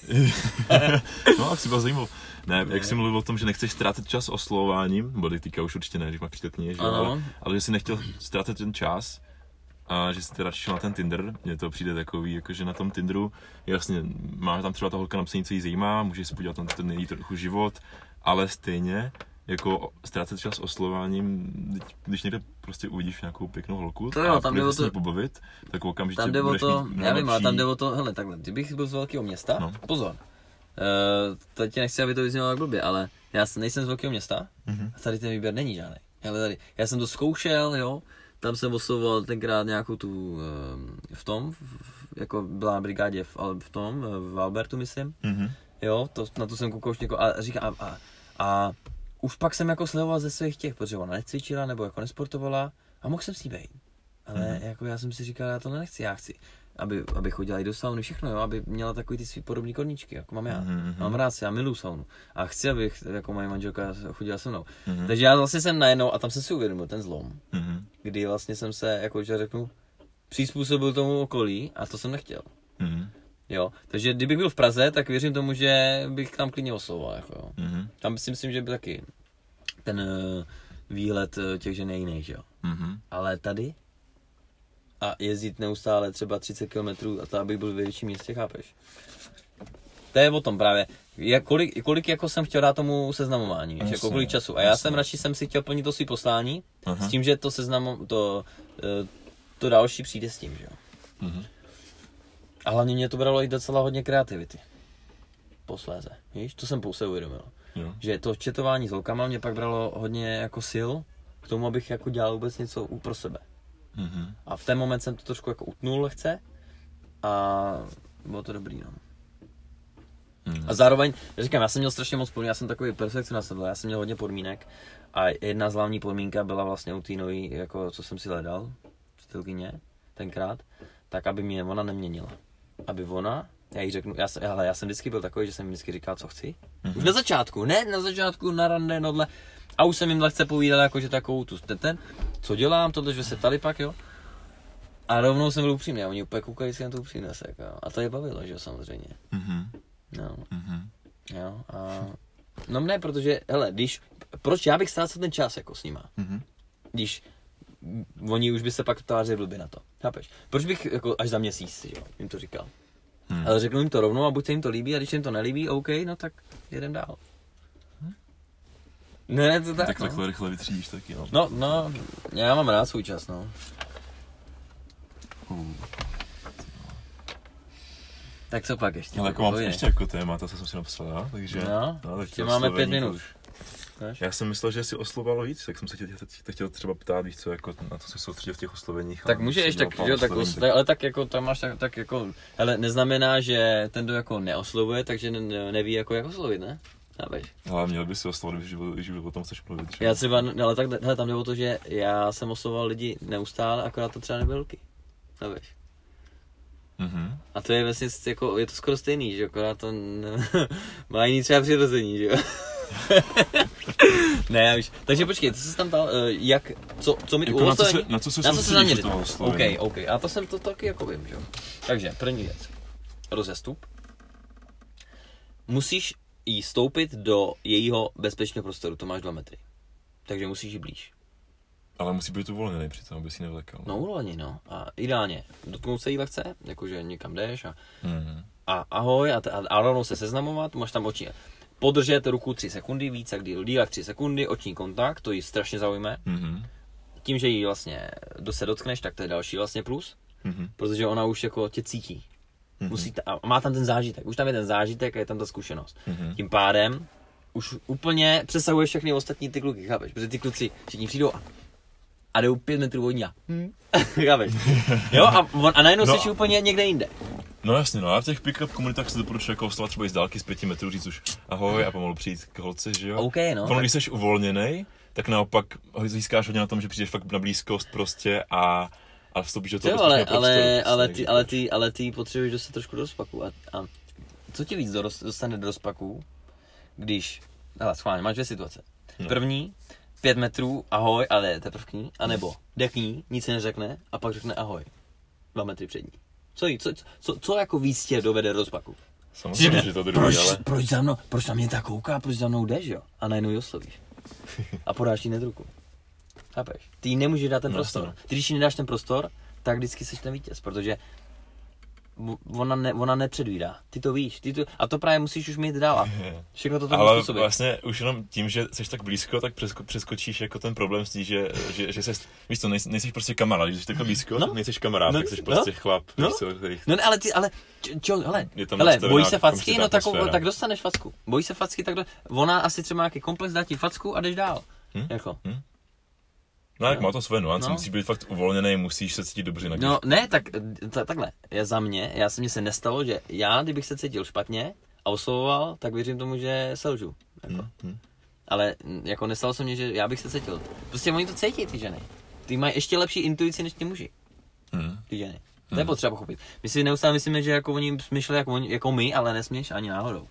No, jak jsi byl zajímal. Ne, ne, jak jsi mluvil o tom, že nechceš ztrácet čas oslovováním, nebo teďka už určitě ne, když máš přítelkyně, že jo, ale, ale že jsi nechtěl ztrácet ten čas a že jsi teda šel na ten Tinder. Mně to přijde takový, jakože na tom Tinderu, jasně, má tam třeba ta holka napsaní, co jí zajímá, můžeš se podívat na ten její trochu život, ale stejně, jako ztrácet čas oslováním, když někde prostě uvidíš nějakou pěknou holku to jo, a tam budeš se to... pobavit, tak okamžitě tam jde budeš o to, mít já vím, ale tam lepší... jde o to, hele, takhle, kdybych byl z velkého města, no. Pozor, uh, teď tě nechci, aby to vyznělo tak blbě, ale já nejsem z velkého města mm-hmm. a tady ten výběr není žádný. Hele, tady, já jsem to zkoušel, jo, tam jsem oslovoval tenkrát nějakou tu, uh, v tom, v, jako byla brigádě v, v tom, v Albertu, myslím, mm-hmm. jo, to, na to jsem koukal už někoho a říkám, a, a, a už pak jsem jako sledoval ze svých těch, protože ona necvičila nebo jako nesportovala a mohl jsem s ní být. Ale mm-hmm. jako já jsem si říkal, já to nechci, já chci, aby, aby chodila i do sauny, všechno, jo, aby měla takový ty svý podobný koníčky, jako mám já. Mm-hmm. Mám rád si, já miluji saunu a chci, aby jako moje manželka chodila se mnou. Mm-hmm. Takže já vlastně jsem najednou, a tam jsem si uvědomil ten zlom, mm-hmm. kdy vlastně jsem se, jako že řeknu, přizpůsobil tomu okolí a to jsem nechtěl. Mm-hmm. Jo, takže kdybych byl v Praze, tak věřím tomu, že bych tam klidně oslovoval, jako jo. Mm-hmm. Tam si myslím, že by taky ten uh, výhled uh, těch žen je jiný, že jo. Mm-hmm. Ale tady a jezdit neustále třeba třicet kilometrů a to, abych byl ve větším městě, chápeš? To je o tom právě, jak, kolik, kolik jako jsem chtěl dát tomu seznamování, jasně, jako kolik času. A já jasně. jsem radši jsem si chtěl plnit to svý poslání, uh-huh. s tím, že to seznamo, to, to další přijde s tím, že jo. Uh-huh. A hlavně mě to bralo i docela hodně kreativity. Posléze, víš, to jsem pouze uvědomil. Jo. Že to četování s holkama mě pak bralo hodně jako sil k tomu, abych jako dělal vůbec něco pro sebe. Mm-hmm. A v ten moment jsem to trošku jako utnul lehce a bylo to dobrý, no. Mm-hmm. A zároveň, já říkám, já jsem měl strašně moc podmínek, já jsem takový perfekcionista, já jsem měl hodně podmínek a jedna z hlavní podmínka byla vlastně u té nový, jako co jsem si hledal, přítelkyně, tenkrát, tak aby mě ona neměnila. Aby ona, já jí řeknu, já jsem, hele, já jsem vždycky byl takový, že jsem vždycky říkal, co chci. Mm-hmm. Už na začátku, ne na začátku, na rande, nodle. A už jsem jim lehce povídal, jakože takovou tu ten, co dělám, tohle, že se ptali pak, jo. A rovnou jsem byl upřímný, a oni úplně koukali si na tu upřímnost, jako. A to je bavilo, že jo, samozřejmě. Mm-hmm. No. Mm-hmm. Jo, a... No ne, protože, hele, když, proč já bych ztrácel ten čas, jako s nima, mm-hmm. když oni už by se pak tvářili blbě na to, chápeš? Proč bych, jako, až za měsíc, jo, jim to říkal. Hmm. Ale řeknu jim to rovnou a buď se jim to líbí a když se jim to nelíbí, OK, no tak jedem dál. Hm? Ne, to tak, tak no. takhle rychle vytřídíš taky, no. No, no, já mám rád svůj čas, no. Hmm. Tak co pak ještě? Ale jako mám ještě jako téma, to jsem si napsal, já, takže... No, no ještě máme pět minut. Já jsem myslel, že jsi oslovoval víc, tak jsem se tě, tě chtěl třeba ptát, víš co, jako na to se soustředil v těch osloveních. Tak může ještě tak, jo, tak, os, tak, ale tak jako tam máš tak, tak jako, hele, neznamená, že ten, kdo jako neoslovuje, takže ne, neví jako jak oslovit, ne? Chápeš? Ale měl by si oslovit, když o tom chceš mluvit. Já třeba, ale tak, hele, tam jde o to, že já jsem oslovoval lidi neustále, akorát to třeba nebyl lky. Chápeš? Mm-hmm. A to je vlastně jako, je to skoro stejný, že akorát to ne, má jiný třeba přirození, že jo? Ne, víš. Takže počkej, ty jsi tam ptal, jak, co, co mi tu jako na, co se, na co se na co se zaměřit? OK, slovení. OK, a to jsem to taky jako vím, že jo. Takže, první věc. Rozestup. Musíš jí stoupit do jejího bezpečného prostoru, to máš dva metry. Takže musíš jít blíž. Ale musí být uvolněný přitom, aby si nevlekal. No uvolněný, no. A ideálně dotknout se jí lehce, jakože někam jdeš a, mm-hmm. a ahoj a, a, a rovnou se seznamovat, máš tam oči. Podržet ruku tři sekundy, víc jak díl, díl jak tři sekundy, oční kontakt, to jí strašně zaujme. Mm-hmm. Tím, že jí vlastně do se dotkneš, tak to je další vlastně plus, mm-hmm. protože ona už jako tě cítí. Mm-hmm. Musí ta, a má tam ten zážitek, už tam je ten zážitek a je tam ta zkušenost. Mm-hmm. Tím pádem už úplně přesahuje všechny ostatní ty kluky, chápeš? Protože ty kluci všichni přijdou a, a jdou pět metrů od ní a hm. chápeš? Jo a, on, a najednou no. jsi úplně někde jinde. No jasně, no a v těch pick-up komunitách se doporučuje jako oslovat třeba i z dálky z pěti metrů, říct už ahoj a pomalu přijít k holce, že jo? OK, no. Ono, když jsi uvolněnej, tak naopak získáš hodně na tom, že přijdeš fakt na blízkost prostě a, a vstoupíš do toho jo, ale, ale, ale, ty, ale, ty, ale ty potřebuješ dostat trošku do rozpaku a, a co ti víc dostane do rozpaku, když, hele schválně, máš dvě situace. No. První, pět metrů, ahoj, ale teprve k ní, anebo jde k ní, nic neřekne a pak řekne ahoj, dva metry před ní. Co, jí, co, co, co jako víc tě dovede do rozpaku? Samozřejmě, že to druhý, proč, ale... proč za mnou, proč na mě tak kouká, proč za mnou jdeš, jo? A najednou ji oslovíš. A podáš jí nedruku. Chápeš? Ty jí nemůžeš dát ten no, prostor. Ty když jí nedáš ten prostor, tak vždycky jsi ten vítěz, protože ona, ne, ona nepředvídá. Ty to víš. Ty to, a to právě musíš už mít dál. A všechno to ale způsobí. vlastně už jenom tím, že jsi tak blízko, tak přesko, přeskočíš jako ten problém s tím, že, že, že jsi, víš co, nejsi, nejsi prostě kamarád. Když jsi takhle blízko, no, tak nejsi kamarád, no, tak jsi prostě no, chlap. No, co, který... no ale ty, ale, čo, hele, hele bojí se facky, no tak, tak dostaneš facku. Bojí se facky, tak do, ona asi třeba nějaký komplex dá ti facku a jdeš dál. Hm? Jako. Hm? No, jak má to své nuance, no. Musíš být fakt uvolněný, musíš se cítit dobře na No, ne, tak t- takhle, já za mě, já se mně se nestalo, že já, kdybych se cítil špatně a oslovoval, tak věřím tomu, že selžu. Jako. Hmm, hmm. Ale jako nestalo se mně, že já bych se cítil. Prostě oni to cítí, ty ženy. Ty mají ještě lepší intuici než ty muži. Hmm. Ty ženy. To je hmm. potřeba pochopit. My si neustále myslíme, že jako oni smyšleli jako, oni, jako my, ale nesměš ani náhodou.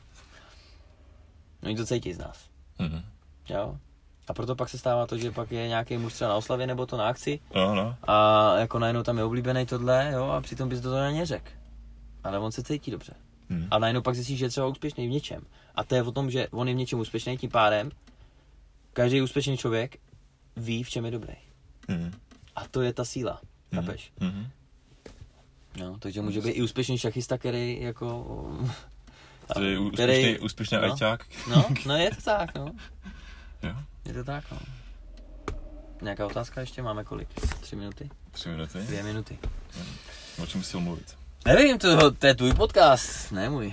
Oni to cítí z nás. Hmm. Jo? A proto pak se stává to, že pak je nějaký muž třeba na oslavě nebo to na akci no, no. a jako najednou tam je oblíbený tohle, jo, a přitom bys to to neřekl. Ale on se cítí dobře. Hmm. A najednou pak zjistíš, že je třeba úspěšný v něčem. A to je o tom, že on je v něčem úspěšný, tím pádem každý úspěšný člověk ví, v čem je dobrý. Hmm. A to je ta síla, hmm. chápeš? Hmm. No, takže může být i úspěšný šachista, který jako... To je úspěšný, úspěšný no, ajťák. No, no je to tak, no. Jo. Je to tak, no. Nějaká otázka ještě? Máme kolik? Tři minuty? Tři minuty? Dvě minuty. O čem jsi chtěl mluvit? Nevím, to, to je tvůj podcast, ne můj.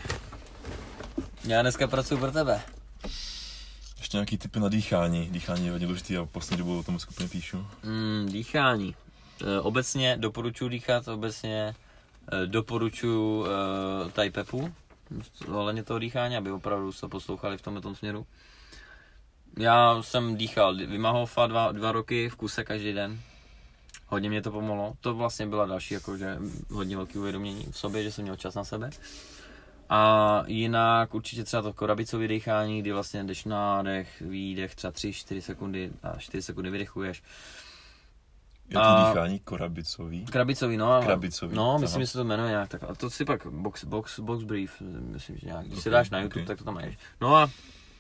Já dneska pracuji pro tebe. Ještě nějaký typy na dýchání. Dýchání je hodně důležitý a poslední dobu o tom skupně píšu. Mm, dýchání. E, obecně doporučuji dýchat, obecně e, doporučuji e, taj Pepu. Ohledně toho dýchání, aby opravdu se poslouchali v tomhle směru. Já jsem dýchal Wima Hofa dva, dva roky v kuse každý den. Hodně mě to pomohlo. To vlastně byla další jakože hodně velké uvědomění v sobě, že jsem měl čas na sebe. A jinak určitě třeba to korabicové dýchání, kdy vlastně jdeš nádech, výdech, třeba tři čtyři sekundy a čtyři sekundy vydechuješ. Je to dýchání korabicový? Krabicový, no. Krabicový. No, myslím, že se to jmenuje nějak tak. A to si pak box, box, box brief, myslím, že nějak. Když okay, si dáš na YouTube, okay. tak to tam máš. No a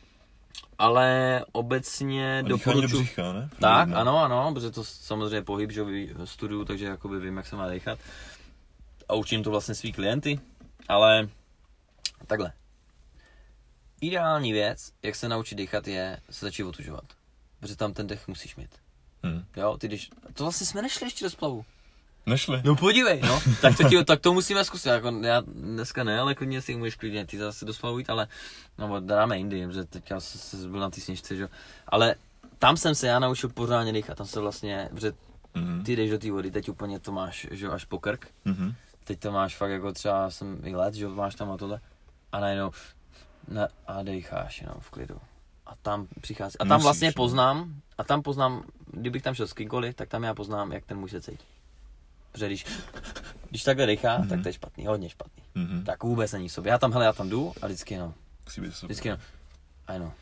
ale obecně doporučuji. Břicha, ne? Tak, ne? ano, ano, protože to samozřejmě pohyb, že studuju, takže jakoby vím, jak se má dechat. A učím to vlastně svý klienty. Ale takhle. Ideální věc, jak se naučit dýchat, je se začít otužovat. Protože tam ten dech musíš mít. Hmm. Jo, ty když... To vlastně jsme nešli ještě do splavu. Nešli? No podívej, no. tak, to ti, tak to musíme zkusit. Jako, já dneska ne, ale klidně si můžeš klidně ty zase do splavu jít, ale... No, dáme jindy, protože teďka jsem byl na té sněžce, že jo. Ale tam jsem se já naučil pořádně dýchat. Tam se vlastně... Protože mm-hmm. ty jdeš do té vody, teď úplně to máš, že jo, až po krk. Mm-hmm. Teď to máš fakt jako třeba jsem i let, že jo, máš tam a tohle. A najednou... Ne, a dejcháš jenom v klidu. A tam přichází. A tam Musíš, vlastně ne? poznám, a tam poznám, kdybych tam šel s kýmkoliv, tak tam já poznám, jak ten muž se cítí. Protože když, když takhle dechá, mm-hmm. tak to je špatný, hodně špatný. Mm-hmm. Tak vůbec není v sobě. Já tam, hele, já tam jdu a vždycky no. Vždycky no. A no.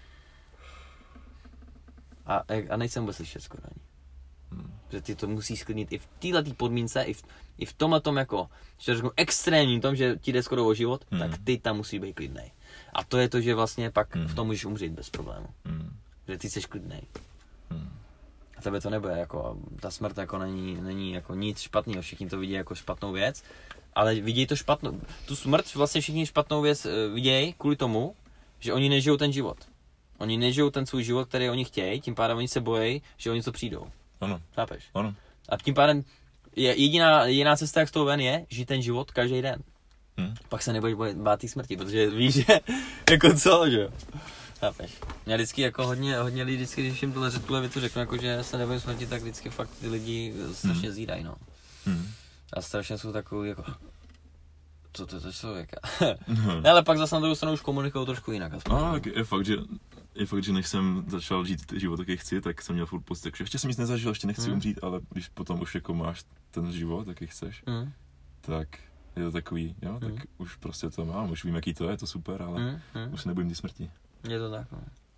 A, a nejsem vůbec slyšet skoro ani. Hmm. Že ty to musíš sklidnit i v této podmínce, i v, i v tomhletom jako, že řeknu extrémním tom, že ti jde skoro o život, hmm. tak ty tam musí být klidnej. A to je to, že vlastně pak hmm. v tom můžeš umřít bez problému. Hmm. Že ty jsi klidnej. Hmm. A tebe to nebude jako, ta smrt jako není, není jako nic špatného, všichni to vidí jako špatnou věc, ale vidějí to špatnou, tu smrt vlastně všichni špatnou věc vidějí kvůli tomu, že oni nežijou ten život. Oni nežijou ten svůj život, který oni chtějí, tím pádem oni se bojí, že oni co přijdou. Ano. Chápeš? Ano. A tím pádem je jediná, jediná cesta, jak z toho ven je, žít ten život každý den. Hmm. Pak se nebudeš bát té smrti, protože víš, že jako co, že jo? Chápeš? Já vždycky jako hodně, hodně lidí, vždycky, když jim tohle tuhle větu řeknu, jako, že se nebojím smrti, tak vždycky fakt ty lidi strašně hmm. zírají, no. Hmm. A strašně jsou takový jako... Co to je člověka? Hmm. Ale pak zase na druhou stranu už komunikují trošku jinak. Aspoň. No, tak je fakt, že... Je fakt, že než jsem začal žít život, jaký chci, tak jsem měl furt pocit, že ještě jsem nic nezažil, ještě nechci mm. umřít, ale když potom už jako máš ten život, jaký chceš, mm. tak je to takový, jo, tak mm. už prostě to mám, už vím, jaký to je, to super, ale mm. Mm. už se nebojím té smrti. Je to tak, no.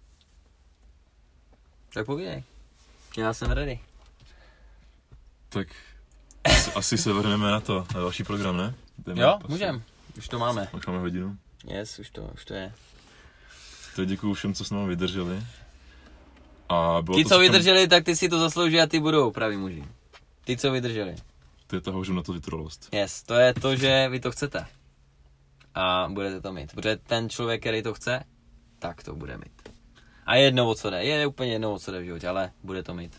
Tak povídej, já jsem ready. Tak asi, asi se vrhneme na to, na další program, ne? Jdeme jo, můžem, už to máme. Už máme hodinu. Yes, už to, už to je. Tak děkuju všem, co s námi vydrželi. A bylo ty, to co vydrželi, tak ty si to zaslouží a ty budou praví muži. Ty, co vydrželi. To je ta houžu na to vytrvalost. Yes, to je to, že vy to chcete. A budete to mít. Protože ten člověk, který to chce, tak to bude mít. A je jedno, o co jde. Je úplně jedno, o co jde v životě, ale bude to mít.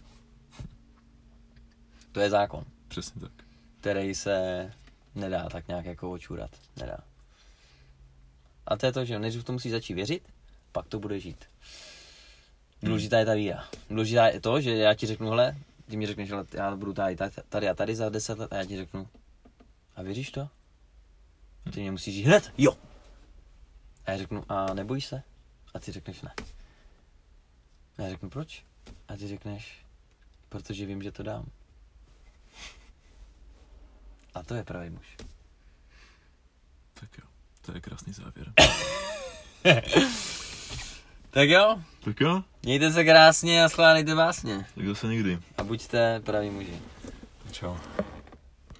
To je zákon. Přesně tak. Který se nedá tak nějak jako očůrat. Nedá. A to je to, že než to musíš začít věřit, pak to bude žít. Důležitá je ta víra. Důležitá je to, že já ti řeknu, hele, ty mi řekneš, že já budu tady, tady a tady za deset let a já ti řeknu, a věříš to? Ty mě musíš říct hned, jo. A já řeknu, a nebojíš se? A ty řekneš ne. A já řeknu, proč? A ty řekneš, protože vím, že to dám. A to je pravý muž. Tak jo, to je krásný závěr. Tak jo? Tak jo? Mějte se krásně a skládejte básně. Tak zase někdy. A buďte praví muži. Čau.